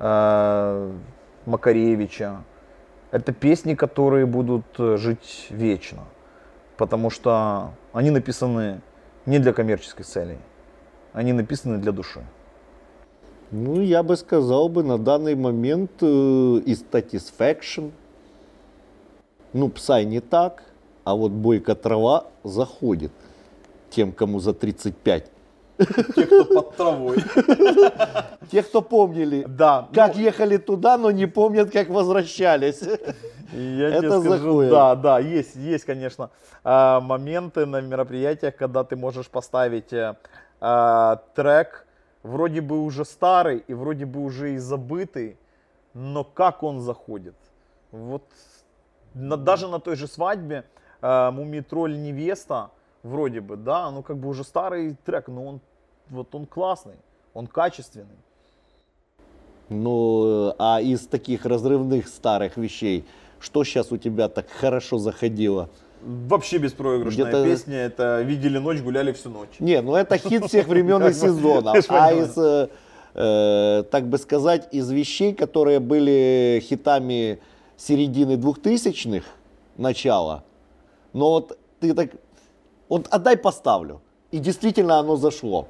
Макаревича. Это песни, которые будут жить вечно. Потому что они написаны не для коммерческой цели. Они написаны для души. Ну, я бы сказал бы на данный момент и Satisfaction. Ну, Psy не так, а вот Бойко трава заходит тем, кому за 35. Те, кто под травой. Те, кто помнили, Да, как ехали туда, но не помнят, как возвращались. Я Это тебе скажу, заходит. да, есть, конечно, моменты на мероприятиях, когда ты можешь поставить трек, вроде бы уже старый и вроде бы уже и забытый, но как он заходит. Вот даже на той же свадьбе Мумий-тролль невеста, вроде бы, да, ну как бы уже старый трек, но он классный, он качественный. Ну, а из таких разрывных старых вещей, что сейчас у тебя так хорошо заходило? Вообще беспроигрышная Где-то- песня, это «Видели ночь, гуляли всю ночь». Не, ну это хит всех времен и сезонов. Ты ж А понимаешь. из, так бы сказать, из вещей, которые были хитами середины 2000-х, начала, но вот ты так, вот отдай поставлю. И действительно оно зашло.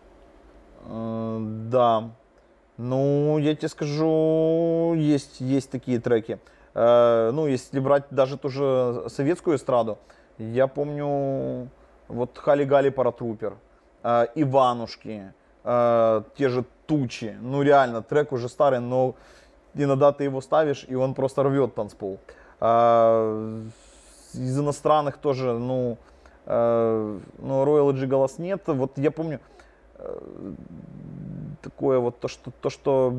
Да. Ну, я тебе скажу, есть такие треки. Ну, если брать даже ту же советскую эстраду, я помню вот Хали-Гали Паратрупер, Иванушки, те же Тучи. Ну, реально, трек уже старый, но иногда ты его ставишь, и он просто рвет танцпол. Из иностранных тоже, ну, Royal G голос нет. Вот я помню такое вот то, что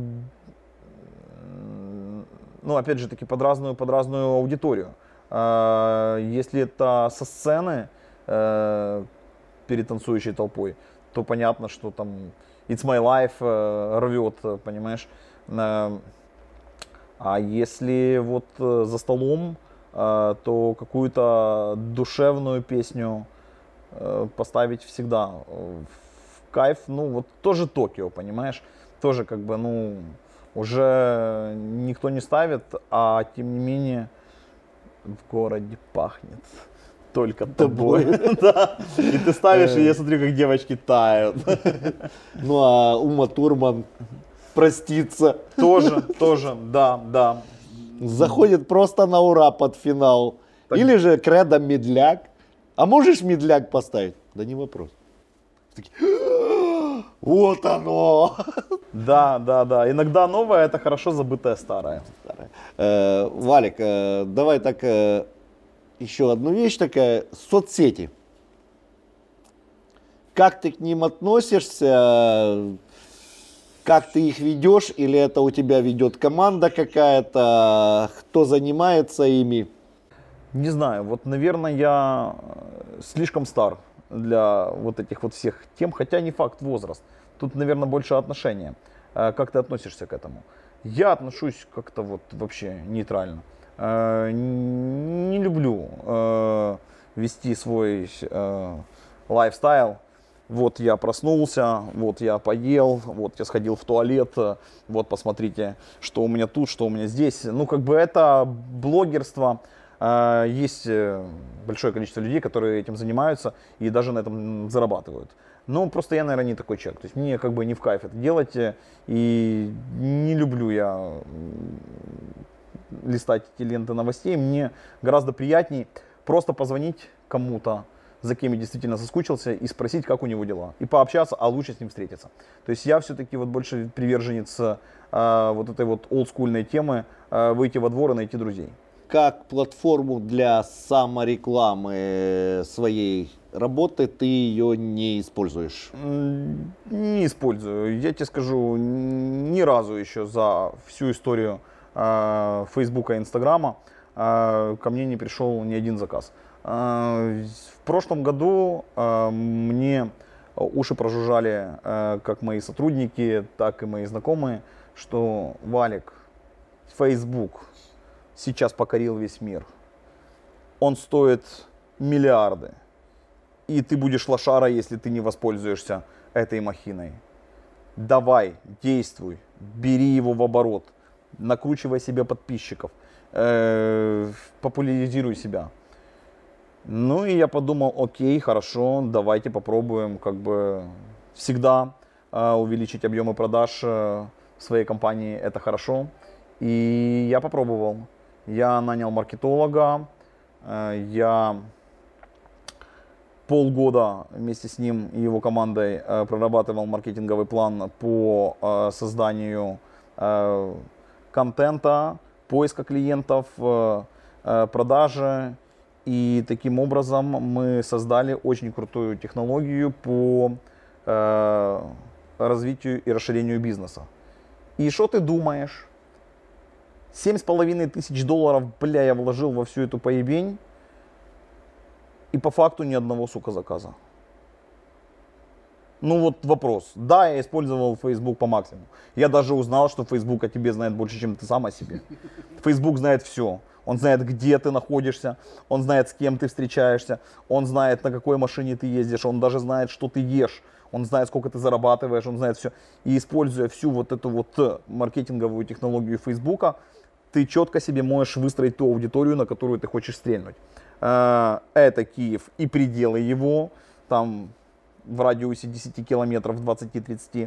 ну, опять же таки, под разную аудиторию. Если это со сцены перед танцующей толпой, то понятно, что там It's My Life рвет, понимаешь. А если вот за столом, то какую-то душевную песню поставить всегда в кайф. Ну вот тоже Токио, понимаешь? Тоже как бы, ну, уже никто не ставит, а тем не менее в городе пахнет только тобой. Да. И ты ставишь, и я смотрю, как девочки тают. Ну а Ума Турман простится. Тоже, да. Заходит просто на ура под финал. Так. Или же Кредо Медляк. А можешь Медляк поставить? Да не вопрос. Такие, вот оно! Да. Иногда новое — это хорошо забытое старое. Валик, давай так еще одну вещь такая. Соцсети. Как ты к ним относишься? Как ты их ведешь? Или это у тебя ведет команда какая-то? Кто занимается ими? Не знаю, вот, наверное, я слишком стар для вот этих вот всех тем, хотя не факт возраст. Тут, наверное, больше отношения. Как ты относишься к этому? Я отношусь как-то вот вообще нейтрально. Не люблю вести свой лайфстайл. Вот я проснулся, вот я поел, вот я сходил в туалет, вот посмотрите, что у меня тут, что у меня здесь. Ну, как бы это блогерство. Есть большое количество людей, которые этим занимаются и даже на этом зарабатывают. Но просто я, наверное, не такой человек. То есть мне как бы не в кайф это делать. И не люблю я листать эти ленты новостей. Мне гораздо приятнее просто позвонить кому-то, за кем я действительно соскучился, и спросить, как у него дела. И пообщаться, а лучше с ним встретиться. То есть я все-таки вот больше приверженец вот этой вот олдскульной темы, выйти во двор и найти друзей. Как платформу для саморекламы своей работы ты ее не используешь? Не использую. Я тебе скажу, ни разу еще за всю историю Фейсбука и Инстаграма ко мне не пришел ни один заказ. В прошлом году мне уши прожужжали как мои сотрудники, так и мои знакомые, что Валик, Facebook сейчас покорил весь мир. Он стоит миллиарды. И ты будешь лошара, если ты не воспользуешься этой махиной. Давай, действуй, бери его в оборот, накручивай себе подписчиков, популяризируй себя. Ну и я подумал, окей, хорошо, давайте попробуем как бы всегда увеличить объемы продаж в своей компании, это хорошо. И я попробовал. Я нанял маркетолога, я полгода вместе с ним и его командой прорабатывал маркетинговый план по созданию контента, поиска клиентов, продажи. И таким образом мы создали очень крутую технологию по развитию и расширению бизнеса. И что ты думаешь? $7,500, бля, я вложил во всю эту поебень. И по факту ни одного, сука, заказа. Ну вот вопрос. Да, я использовал Facebook по максимуму. Я даже узнал, что Facebook о тебе знает больше, чем ты сам о себе. Facebook знает все. Он знает, где ты находишься, он знает, с кем ты встречаешься, он знает, на какой машине ты ездишь, он даже знает, что ты ешь, он знает, сколько ты зарабатываешь, он знает все. И используя всю вот эту вот маркетинговую технологию Фейсбука, ты четко себе можешь выстроить ту аудиторию, на которую ты хочешь стрельнуть. Это Киев и пределы его, там в радиусе 10 километров, 20-30.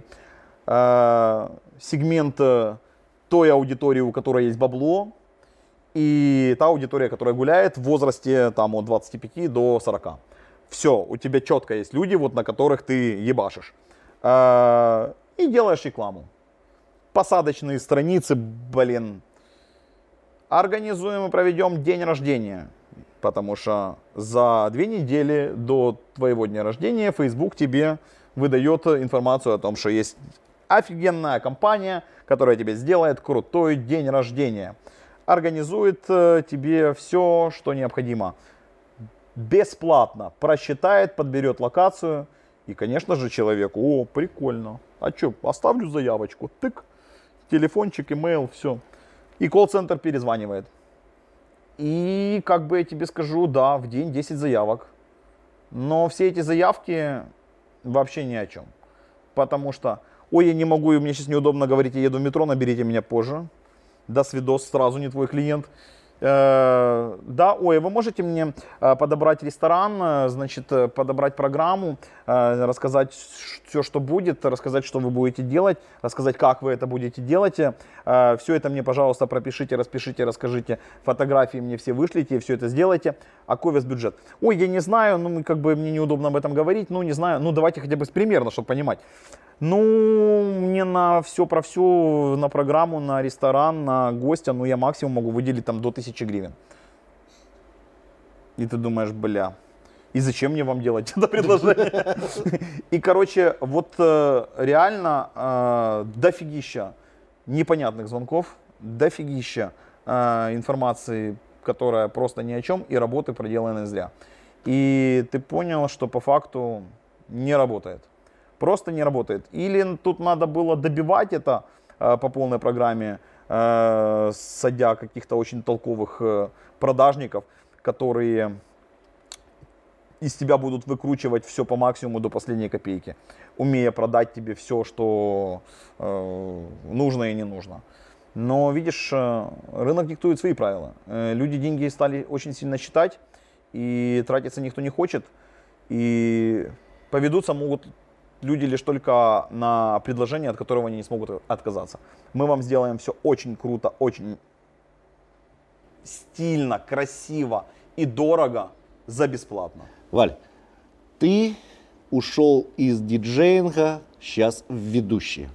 Сегмент той аудитории, у которой есть бабло, и та аудитория, которая гуляет в возрасте там, от 25 до 40. Все, у тебя четко есть люди, вот, на которых ты ебашишь. И делаешь рекламу. Посадочные страницы, блин. Организуем и проведем день рождения. Потому что за 2 недели до твоего дня рождения Facebook тебе выдает информацию о том, что есть офигенная компания, которая тебе сделает крутой день рождения. Организует тебе все, что необходимо. Бесплатно просчитает, подберет локацию. И, конечно же, человеку, о, прикольно. А что, оставлю заявочку. Тык, телефончик, имейл, все. И колл-центр перезванивает. И как бы я тебе скажу, да, в день 10 заявок. Но все эти заявки вообще ни о чем. Потому что, ой, я не могу, и мне сейчас неудобно говорить, я еду в метро, наберите меня позже. До свидос, сразу не твой клиент. Да, ой, вы можете мне подобрать ресторан, значит, подобрать программу, рассказать все, что будет, рассказать, что вы будете делать, рассказать, как вы это будете делать. Все это мне, пожалуйста, пропишите, распишите, расскажите, фотографии мне все вышлите, все это сделайте. А какой у вас бюджет? Ой, я не знаю, ну, как бы мне неудобно об этом говорить, ну, не знаю, ну, давайте хотя бы примерно, чтобы понимать. Ну, мне на все про все, на программу, на ресторан, на гостя, ну, я максимум могу выделить там до 1000 гривен. И ты думаешь, бля, и зачем мне вам делать это предложение? И, короче, вот реально дофигища непонятных звонков, дофигища информации, которая просто ни о чем, и работы проделаны зря. И ты понял, что по факту не работает. Просто не работает. Или тут надо было добивать это по полной программе, садя каких-то очень толковых продажников, которые из тебя будут выкручивать все по максимуму до последней копейки, умея продать тебе все, что нужно и не нужно. Но видишь, рынок диктует свои правила. Люди деньги стали очень сильно считать, и тратиться никто не хочет. И поведутся могут люди лишь только на предложение, от которого они не смогут отказаться. Мы вам сделаем все очень круто, очень стильно, красиво и дорого за бесплатно. Валь, ты ушел из диджеинга сейчас в ведущие.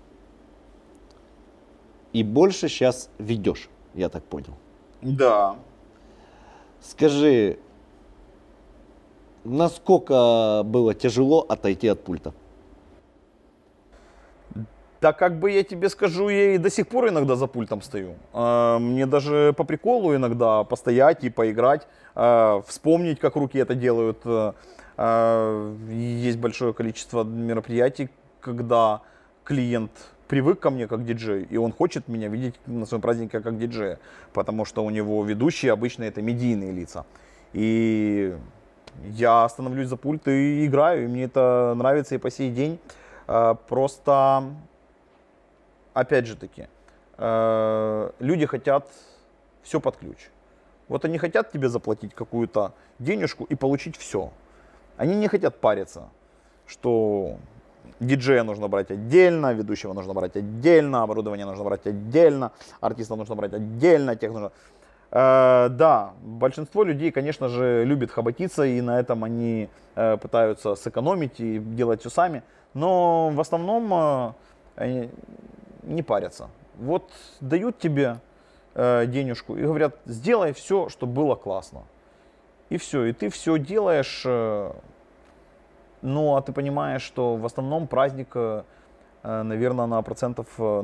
И больше сейчас ведешь, я так понял. Да. Скажи, насколько было тяжело отойти от пульта? Да как бы я тебе скажу, я и до сих пор иногда за пультом стою. Мне даже по приколу иногда постоять и поиграть, вспомнить, как руки это делают. Есть большое количество мероприятий, когда клиент привык ко мне как диджей, и он хочет меня видеть на своем празднике как диджея, потому что у него ведущие обычно это медийные лица. И я становлюсь за пульт и играю, и мне это нравится и по сей день. Просто, опять же таки, люди хотят все под ключ. Вот они хотят тебе заплатить какую-то денежку и получить все. Они не хотят париться, что диджея нужно брать отдельно, ведущего нужно брать отдельно, оборудование нужно брать отдельно, артиста нужно брать отдельно, тех нужно... Да, большинство людей, конечно же, любит хоботиться, и на этом они пытаются сэкономить и делать все сами. Но в основном они не парятся. Вот дают тебе денежку и говорят, сделай все, чтобы было классно. И все, и ты все делаешь. Ну, а ты понимаешь, что в основном праздник, наверное, на процентов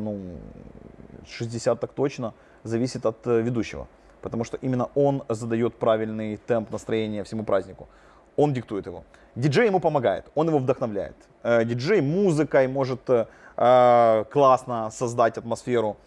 60 так точно зависит от ведущего. Потому что именно он задает правильный темп настроения всему празднику. Он диктует его. Диджей ему помогает, он его вдохновляет. Диджей музыкой может классно создать атмосферу,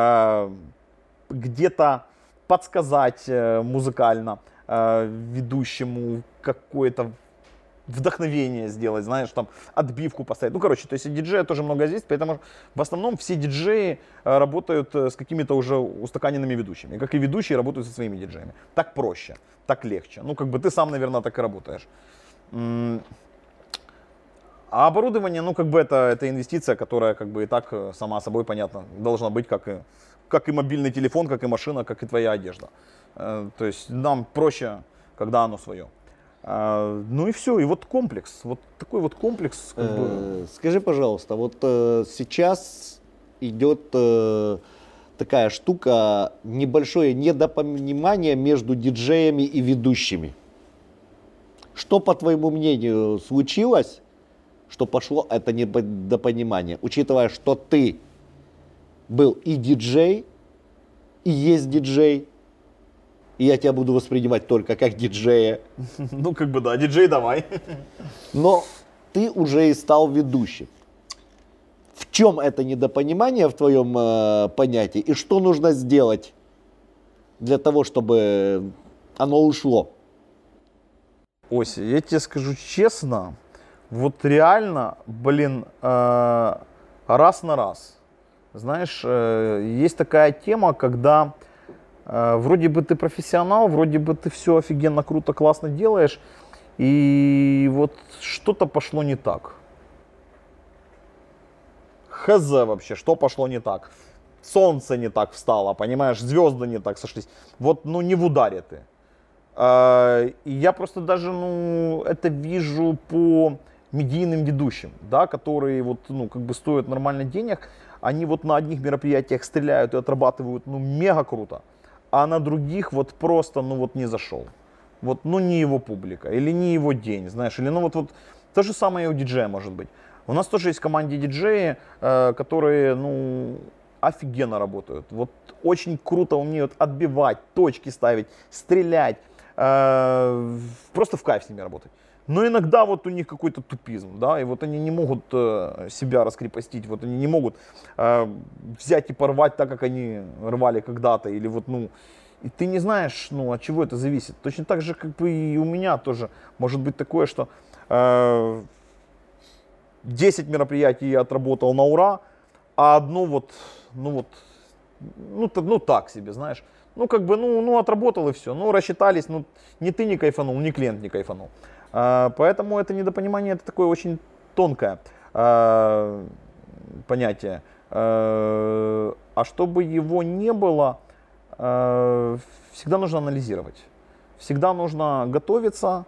где-то подсказать музыкально ведущему какое-то вдохновение сделать, знаешь, там отбивку поставить. Ну, короче, то есть диджея тоже много здесь, поэтому в основном все диджеи работают с какими-то уже устаканенными ведущими. Как и ведущие работают со своими диджеями. Так проще, так легче. Ну, как бы ты сам, наверное, так и работаешь. А оборудование, ну, как бы это инвестиция, которая как бы и так сама собой, понятно, должна быть, как и мобильный телефон, как и машина, как и твоя одежда. То есть нам проще, когда оно свое. Ну и все, и вот комплекс, вот такой вот комплекс. Как бы... Скажи, пожалуйста, вот сейчас идет такая штука, небольшое недопонимание между диджеями и ведущими. Что, по твоему мнению, случилось, что пошло это недопонимание, учитывая, что ты был и диджей, и есть диджей, и я тебя буду воспринимать только как диджея. Ну, как бы да, диджей давай. Но ты уже и стал ведущим. В чем это недопонимание в твоем понятии и что нужно сделать для того, чтобы оно ушло? Ося, я тебе скажу честно, вот реально, блин, раз на раз. Знаешь, есть такая тема, когда вроде бы ты профессионал, вроде бы ты все офигенно, круто, классно делаешь, и вот что-то пошло не так. Хз вообще, что пошло не так. Солнце не так встало, понимаешь, звезды не так сошлись. Вот, ну, не в ударе ты. И я просто даже, ну, это вижу по медийным ведущим, да, которые вот, ну, как бы стоят нормально денег. Они вот на одних мероприятиях стреляют и отрабатывают, ну, мега круто. А на других вот просто, ну, вот не зашел. Вот, ну, не его публика, или не его день, знаешь, или, ну, вот то же самое и у диджея может быть. У нас тоже есть в команде диджеи, которые, ну, офигенно работают. Вот очень круто умеют отбивать, точки ставить, стрелять. Просто в кайф с ними работать. Но иногда вот у них какой-то тупизм, да, и вот они не могут себя раскрепостить, вот они не могут взять и порвать так, как они рвали когда-то, или вот, ну, и ты не знаешь, ну, от чего это зависит. Точно так же, как бы и у меня тоже может быть такое, что 10 мероприятий я отработал на ура, а одно вот, ну так себе, знаешь. Ну, как бы, ну отработал и все. Ну, рассчитались, ну, ни ты не кайфанул, ни клиент не кайфанул. Поэтому это недопонимание, это такое очень тонкое понятие. А чтобы его не было, всегда нужно анализировать. Всегда нужно готовиться.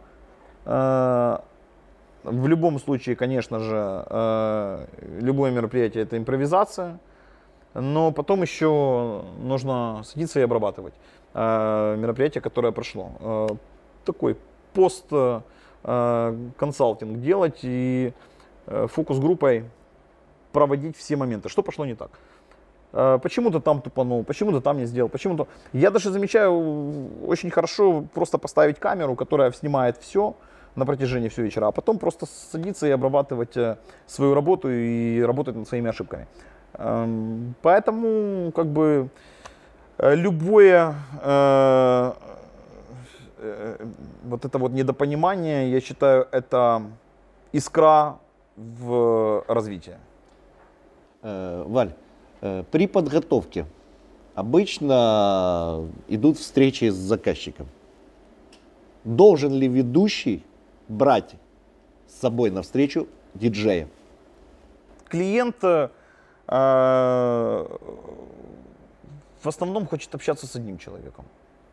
В любом случае, конечно же, любое мероприятие это импровизация. Но потом еще нужно садиться и обрабатывать мероприятие, которое прошло. Такой пост-консалтинг делать и фокус-группой проводить все моменты. Что пошло не так? Почему-то там тупанул, почему-то там не сделал, почему-то... Я даже замечаю очень хорошо просто поставить камеру, которая снимает все на протяжении всего вечера, а потом просто садиться и обрабатывать свою работу и работать над своими ошибками. Поэтому, как бы, любое вот это вот недопонимание, я считаю, это искра в развитии. Валь, при подготовке обычно идут встречи с заказчиком. Должен ли ведущий брать с собой на встречу диджея? Клиент в основном хочет общаться с одним человеком.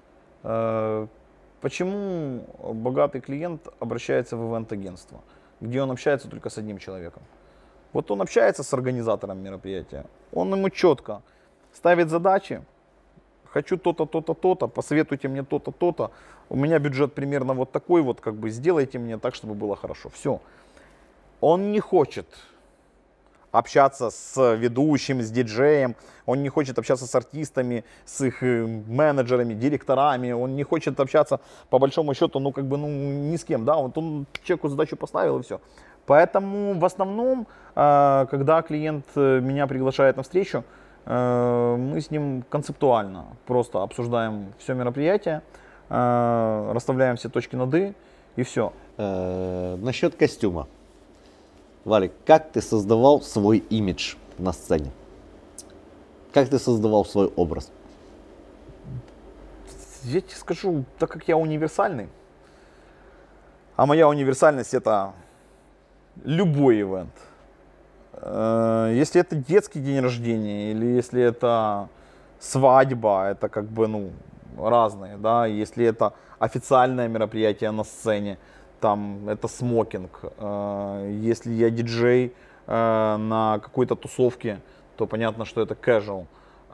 Почему богатый клиент обращается в ивент-агентство, где он общается только с одним человеком? Вот он общается с организатором мероприятия, он ему четко ставит задачи. Хочу то-то, то-то, то-то, посоветуйте мне то-то, то-то. У меня бюджет примерно вот такой вот, как бы сделайте мне так, чтобы было хорошо. Все. Он не хочет общаться с ведущим, с диджеем, он не хочет общаться с артистами, с их менеджерами, директорами, он не хочет общаться, по большому счету, ну, как бы, ну, ни с кем, да, вот он человеку задачу поставил и все. Поэтому в основном, когда клиент меня приглашает на встречу, мы с ним концептуально просто обсуждаем все мероприятие, расставляем все точки над «и» и все. Насчет костюма. Валик, как ты создавал свой имидж на сцене? Как ты создавал свой образ? Я тебе скажу, так как я универсальный, а моя универсальность это любой ивент. Если это детский день рождения или если это свадьба, это как бы, ну, разные, да, если это официальное мероприятие на сцене, там это смокинг, если я диджей на какой-то тусовке, то понятно, что это casual.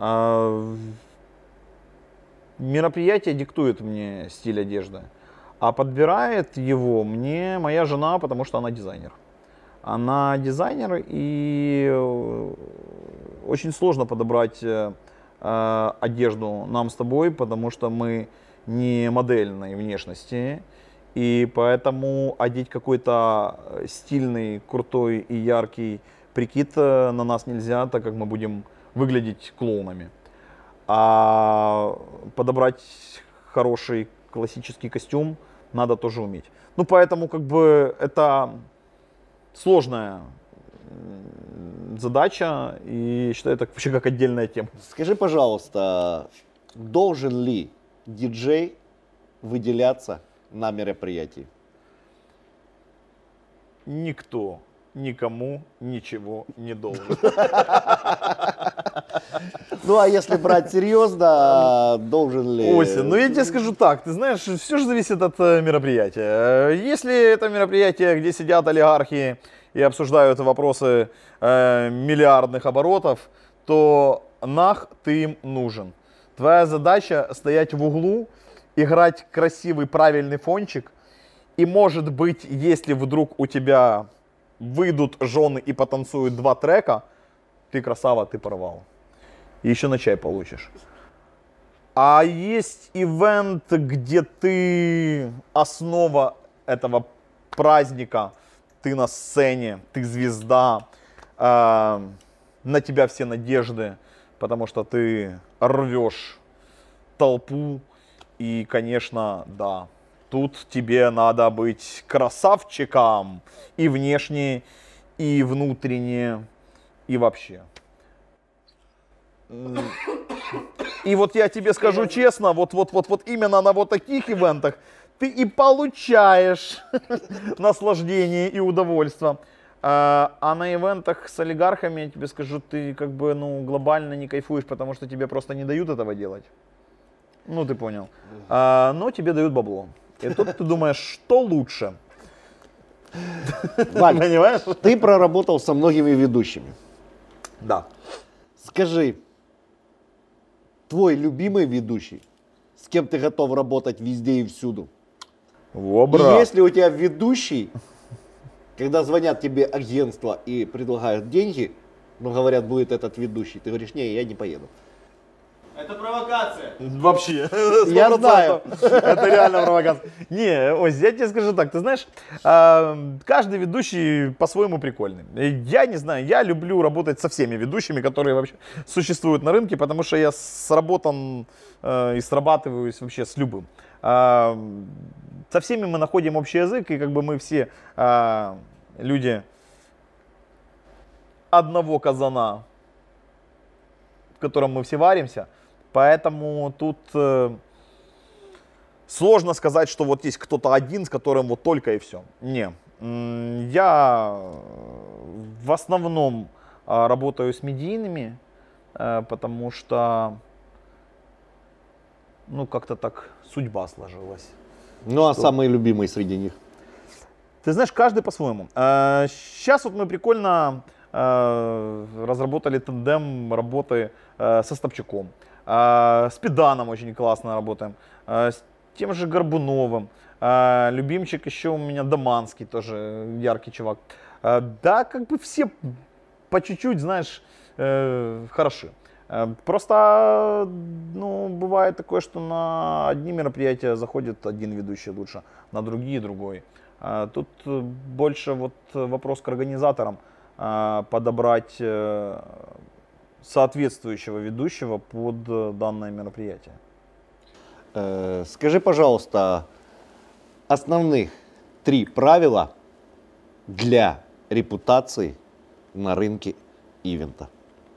Мероприятие диктует мне стиль одежды, а подбирает его мне моя жена, потому что она дизайнер. Она дизайнер, и очень сложно подобрать одежду нам с тобой, потому что мы не модельной внешности, и поэтому одеть какой-то стильный, крутой и яркий прикид на нас нельзя, так как мы будем выглядеть клоунами. А подобрать хороший классический костюм надо тоже уметь. Ну, поэтому как бы это сложная задача, и считаю это вообще как отдельная тема. Скажи, пожалуйста, должен ли диджей выделяться на мероприятии? Никто никому ничего не должен. Ну, а если брать серьезно, должен ли... Осень, ну я тебе скажу так, ты знаешь, все же зависит от мероприятия. Если это мероприятие, где сидят олигархи и обсуждают вопросы миллиардных оборотов, то нах ты им нужен. Твоя задача стоять в углу, играть красивый правильный фончик, и может быть, если вдруг у тебя выйдут жены и потанцуют 2 трека, ты красава, ты порвал. И еще на чай получишь. А есть ивент, где ты основа этого праздника, ты на сцене, ты звезда, на тебя все надежды, потому что ты рвешь толпу. И, конечно, да, тут тебе надо быть красавчиком и внешне, и внутренне, и вообще. И вот я тебе скажу честно, вот именно на вот таких ивентах ты и получаешь наслаждение и удовольствие. А на ивентах с олигархами, я тебе скажу, ты как бы, ну, глобально не кайфуешь, потому что тебе просто не дают этого делать. Ну, ты понял. Но тебе дают бабло. И тут ты думаешь, что лучше? Валь, Понимаешь? ты проработал со многими ведущими. Да. Скажи, твой любимый ведущий, с кем ты готов работать везде и всюду? Во, И брат. если у тебя ведущий, когда звонят тебе агентства и предлагают деньги, но говорят, будет этот ведущий, ты говоришь, не, я не поеду. Это провокация. Вообще. Я 100%. знаю. Это реально провокация. Не, Ось, я тебе скажу так, ты знаешь, каждый ведущий по-своему прикольный. Я не знаю, я люблю работать со всеми ведущими, которые вообще существуют на рынке, потому что я сработан и срабатываюсь вообще с любым. Со всеми мы находим общий язык, и как бы мы все люди одного казана, в котором мы все варимся. Поэтому тут сложно сказать, что вот есть кто-то один, с которым вот только и все. Не. Я в основном работаю с медийными, потому что, ну, как-то так судьба сложилась. Ну, а самый любимый среди них? Ты знаешь, каждый по-своему. Сейчас вот мы прикольно разработали тандем работы со Стопчаком. С Педаном очень классно работаем. С тем же Горбуновым. Любимчик еще у меня Доманский, тоже яркий чувак. Да, как бы все по чуть-чуть, знаешь, хороши. Просто, ну, бывает такое, что на одни мероприятия заходит один ведущий лучше, на другие другой. Тут больше вот вопрос к организаторам, подобрать соответствующего ведущего под данное мероприятие. Скажи, пожалуйста, основных 3 правила для репутации на рынке ивента.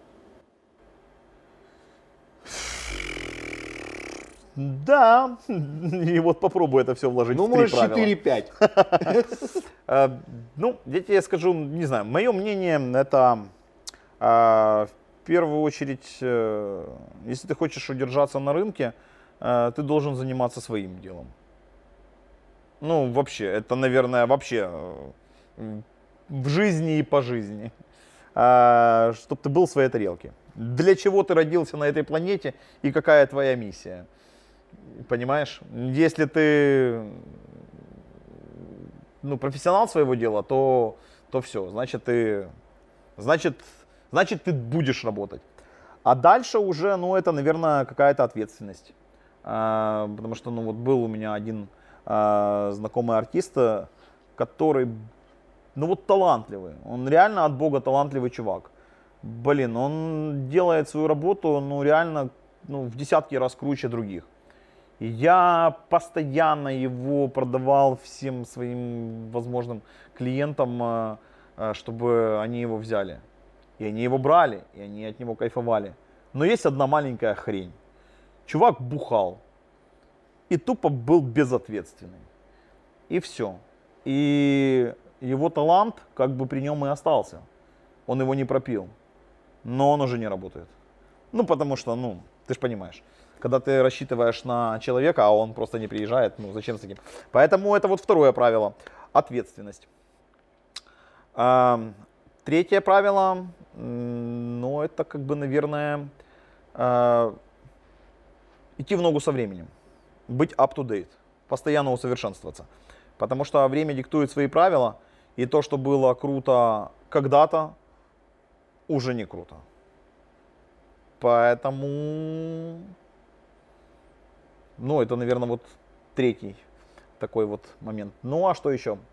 Да, и вот попробуй это все вложить Ну, в 3 может, правила. 4-5. Ну, я тебе скажу, не знаю, мое мнение, это в первую очередь, если ты хочешь удержаться на рынке, ты должен заниматься своим делом. Ну, вообще, это, наверное, вообще в жизни и по жизни. Чтобы ты был в своей тарелке. Для чего ты родился на этой планете и какая твоя миссия? Понимаешь? Если ты, ну, профессионал своего дела, то все, значит ты будешь работать. А дальше уже, ну, это, наверное, какая-то ответственность. Потому что, ну, вот был у меня один знакомый артист, который ну вот талантливый. Он реально от Бога талантливый чувак. Блин, он делает свою работу, ну реально, ну, в десятки раз круче других. И я постоянно его продавал всем своим возможным клиентам, чтобы они его взяли. И они его брали, и они от него кайфовали. Но есть одна маленькая хрень. Чувак бухал и тупо был безответственный. И все. И его талант как бы при нем и остался. Он его не пропил. Но он уже не работает. Ну, потому что, ну, ты же понимаешь. Когда ты рассчитываешь на человека, а он просто не приезжает, ну зачем с таким? Поэтому это вот второе правило. Ответственность. Третье правило, ну это как бы, наверное, идти в ногу со временем. Быть up-to-date. Постоянно усовершенствоваться. Потому что время диктует свои правила. И то, что было круто когда-то, уже не круто. Поэтому... Ну, это, наверное, вот третий такой вот момент. Ну, а что еще?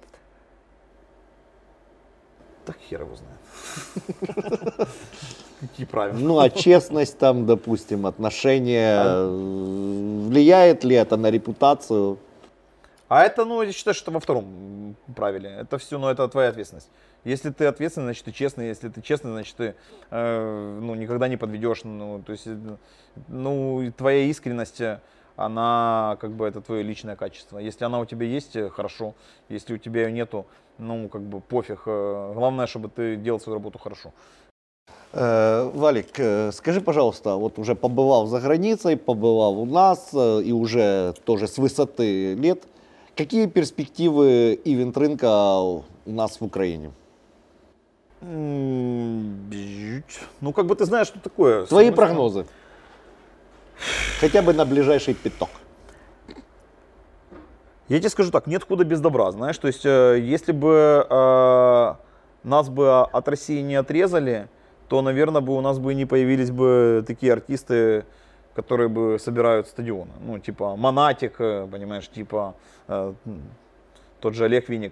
Так хер его знает. Какие правила? Ну, а честность там, допустим, отношения, влияет ли это на репутацию? А это, ну, я считаю, что во втором правиле. Это все, ну, это твоя ответственность. Если ты ответственный, значит ты честный. Если ты честный, значит ты ну, никогда не подведешь. Ну, то есть, ну, и твоя искренность, она как бы это твое личное качество. Если она у тебя есть, хорошо. Если у тебя ее нету, ну, как бы пофиг. Главное, чтобы ты делал свою работу хорошо. Валик, скажи, пожалуйста, вот уже побывал за границей, побывал у нас и уже тоже с высоты лет. Какие перспективы ивент-рынка у нас в Украине? Ну, как бы ты знаешь, что такое. Твои прогнозы. Хотя бы на ближайший пяток. Я тебе скажу так, нет худа без добра, знаешь. То есть, если бы нас бы от России не отрезали, то, наверное, бы у нас бы не появились бы такие артисты, которые бы собирают стадионы. Ну, типа Монатик, понимаешь, типа тот же Олег Винник.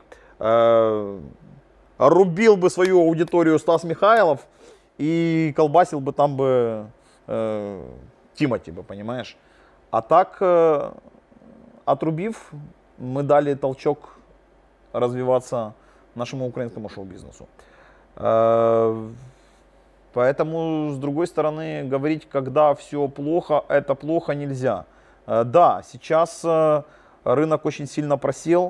Рубил бы свою аудиторию Стас Михайлов и колбасил бы там бы Тимати, понимаешь. А так, отрубив, мы дали толчок развиваться нашему украинскому шоу-бизнесу. Поэтому, с другой стороны, говорить, когда все плохо, это плохо нельзя. Да, сейчас рынок очень сильно просел,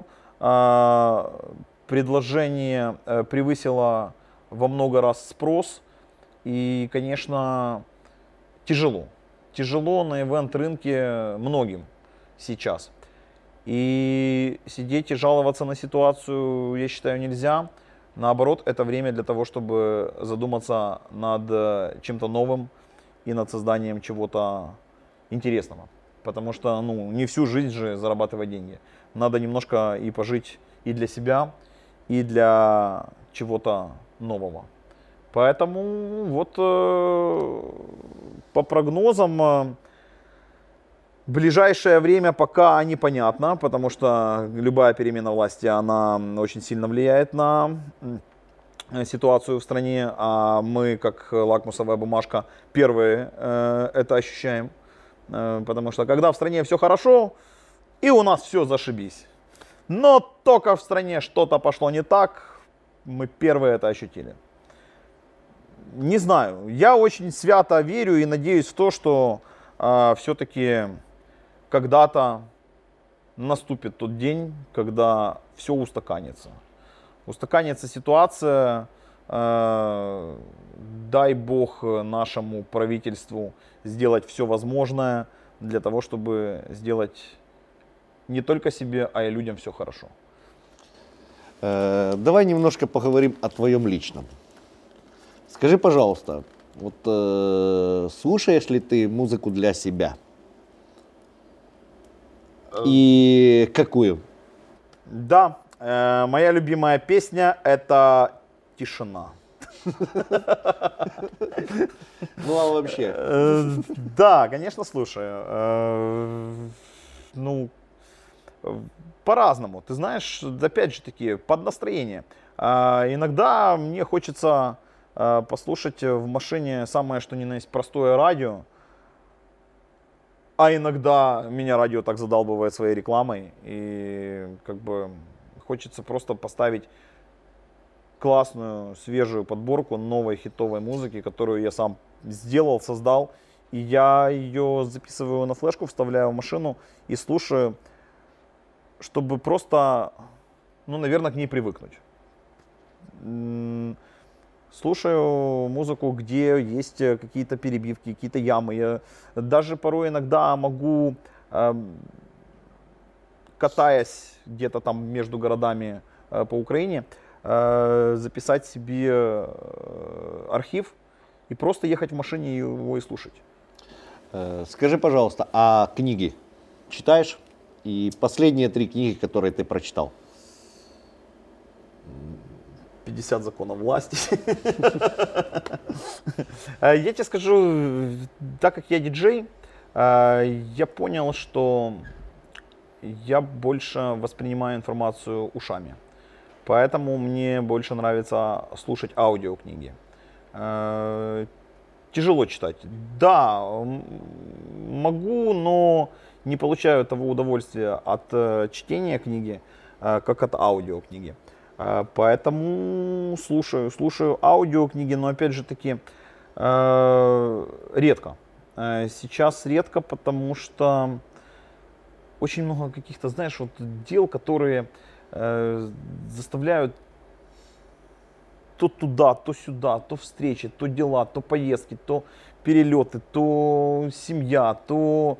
предложение превысило во много раз спрос. И, конечно, тяжело. Тяжело на ивент-рынке многим сейчас. И сидеть и жаловаться на ситуацию, я считаю, нельзя. Наоборот, это время для того, чтобы задуматься над чем-то новым и над созданием чего-то интересного. Потому что, ну, не всю жизнь же зарабатывать деньги. Надо немножко и пожить и для себя, и для чего-то нового. Поэтому вот по прогнозам в ближайшее время пока непонятно, потому что любая перемена власти, она очень сильно влияет на ситуацию в стране, а мы, как лакмусовая бумажка, первые это ощущаем. Потому что когда в стране все хорошо, и у нас все зашибись. Но только в стране что-то пошло не так, мы первые это ощутили. Не знаю, я очень свято верю и надеюсь в то, что все-таки когда-то наступит тот день, когда все устаканится. Устаканится ситуация, дай Бог нашему правительству сделать все возможное для того, чтобы сделать не только себе, а и людям все хорошо. Давай немножко поговорим о твоем личном. Скажи, пожалуйста, вот слушаешь ли ты музыку для себя? И какую? Да, моя любимая песня — это «Тишина». Ну а вообще? Да, конечно, слушаю. Ну, по-разному. Ты знаешь, опять же таки, под настроение. Иногда мне хочется послушать в машине самое что ни на есть простое радио. А иногда меня радио так задалбывает своей рекламой. И как бы хочется просто поставить классную, свежую подборку новой хитовой музыки, которую я сам сделал, создал. И я ее записываю на флешку, вставляю в машину и слушаю, чтобы просто, ну, наверное, к ней привыкнуть. Слушаю музыку, где есть какие-то перебивки, какие-то ямы. Я даже порой иногда могу, катаясь где-то там между городами по Украине, записать себе архив и просто ехать в машине его и слушать. Скажи, пожалуйста, а книги читаешь? И последние 3 книги, которые ты прочитал? 50 законов власти. Я тебе скажу, так как я диджей, я понял, что я больше воспринимаю информацию ушами. Поэтому мне больше нравится слушать аудиокниги. Тяжело читать. Да, могу, но не получаю того удовольствия от чтения книги, как от аудиокниги. Поэтому слушаю аудиокниги, но опять же таки редко. Сейчас редко, потому что очень много каких-то, знаешь, вот дел, которые заставляют то туда, то сюда, то встречи, то дела, то поездки, то перелеты, то семья, то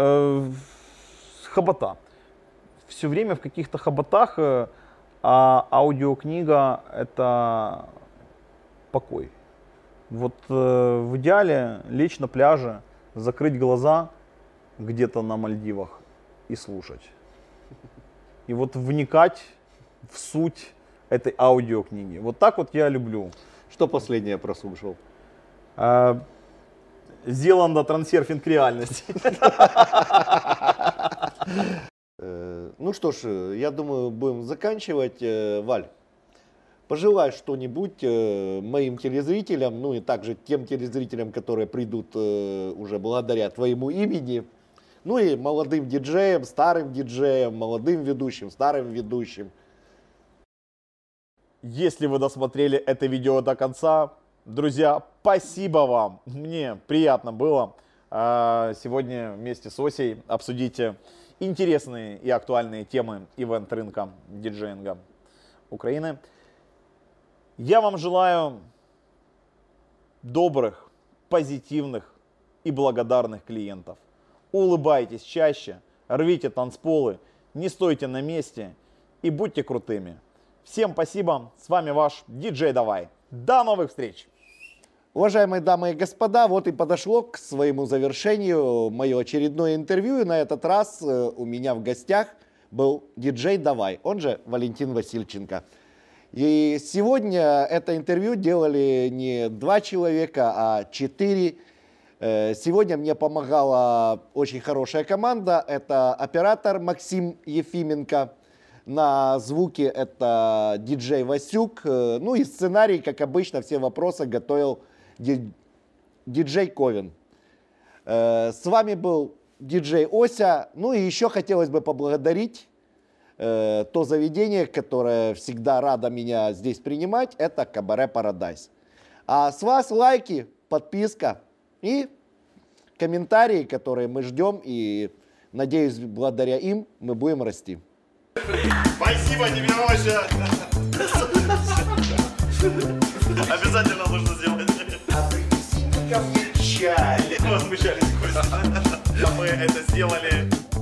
хобота. Все время в каких-то хоботах, а аудиокнига — это покой. Вот в идеале лечь на пляже, закрыть глаза где-то на Мальдивах и слушать. И вот вникать в суть этой аудиокниги. Вот так вот я люблю. Что последнее прослушал? Зеланда трансерфинг реальности. Ну что ж, я думаю, будем заканчивать. Валь, пожелай что-нибудь моим телезрителям, ну и также тем телезрителям, которые придут уже благодаря твоему имени. Ну и молодым диджеям, старым диджеям, молодым ведущим, старым ведущим. Если вы досмотрели это видео до конца, друзья, спасибо вам. Мне приятно было сегодня вместе с Осей обсудить интересные и актуальные темы ивент-рынка диджеинга Украины. Я вам желаю добрых, позитивных и благодарных клиентов. Улыбайтесь чаще, рвите танцполы, не стойте на месте и будьте крутыми. Всем спасибо, с вами ваш диджей Давай. До новых встреч! Уважаемые дамы и господа, вот и подошло к своему завершению мое очередное интервью. И на этот раз у меня в гостях был диджей Давай, он же Валентин Васильченко. И сегодня это интервью делали не 2 человека, а 4. Сегодня мне помогала очень хорошая команда. Это оператор Максим Ефименко. На звуке это диджей Васюк. Ну и сценарий, как обычно, все вопросы готовил диджей Ковин. С вами был диджей Ося. Ну и еще хотелось бы поблагодарить то заведение, которое всегда радо меня здесь принимать. Это Кабаре Парадайз. А с вас лайки, подписка и комментарии, которые мы ждем. И надеюсь, благодаря им мы будем расти. Спасибо тебе, Ося! Обязательно нужно сделать. А принеси ко мне чай. Возмущались, мы это сделали.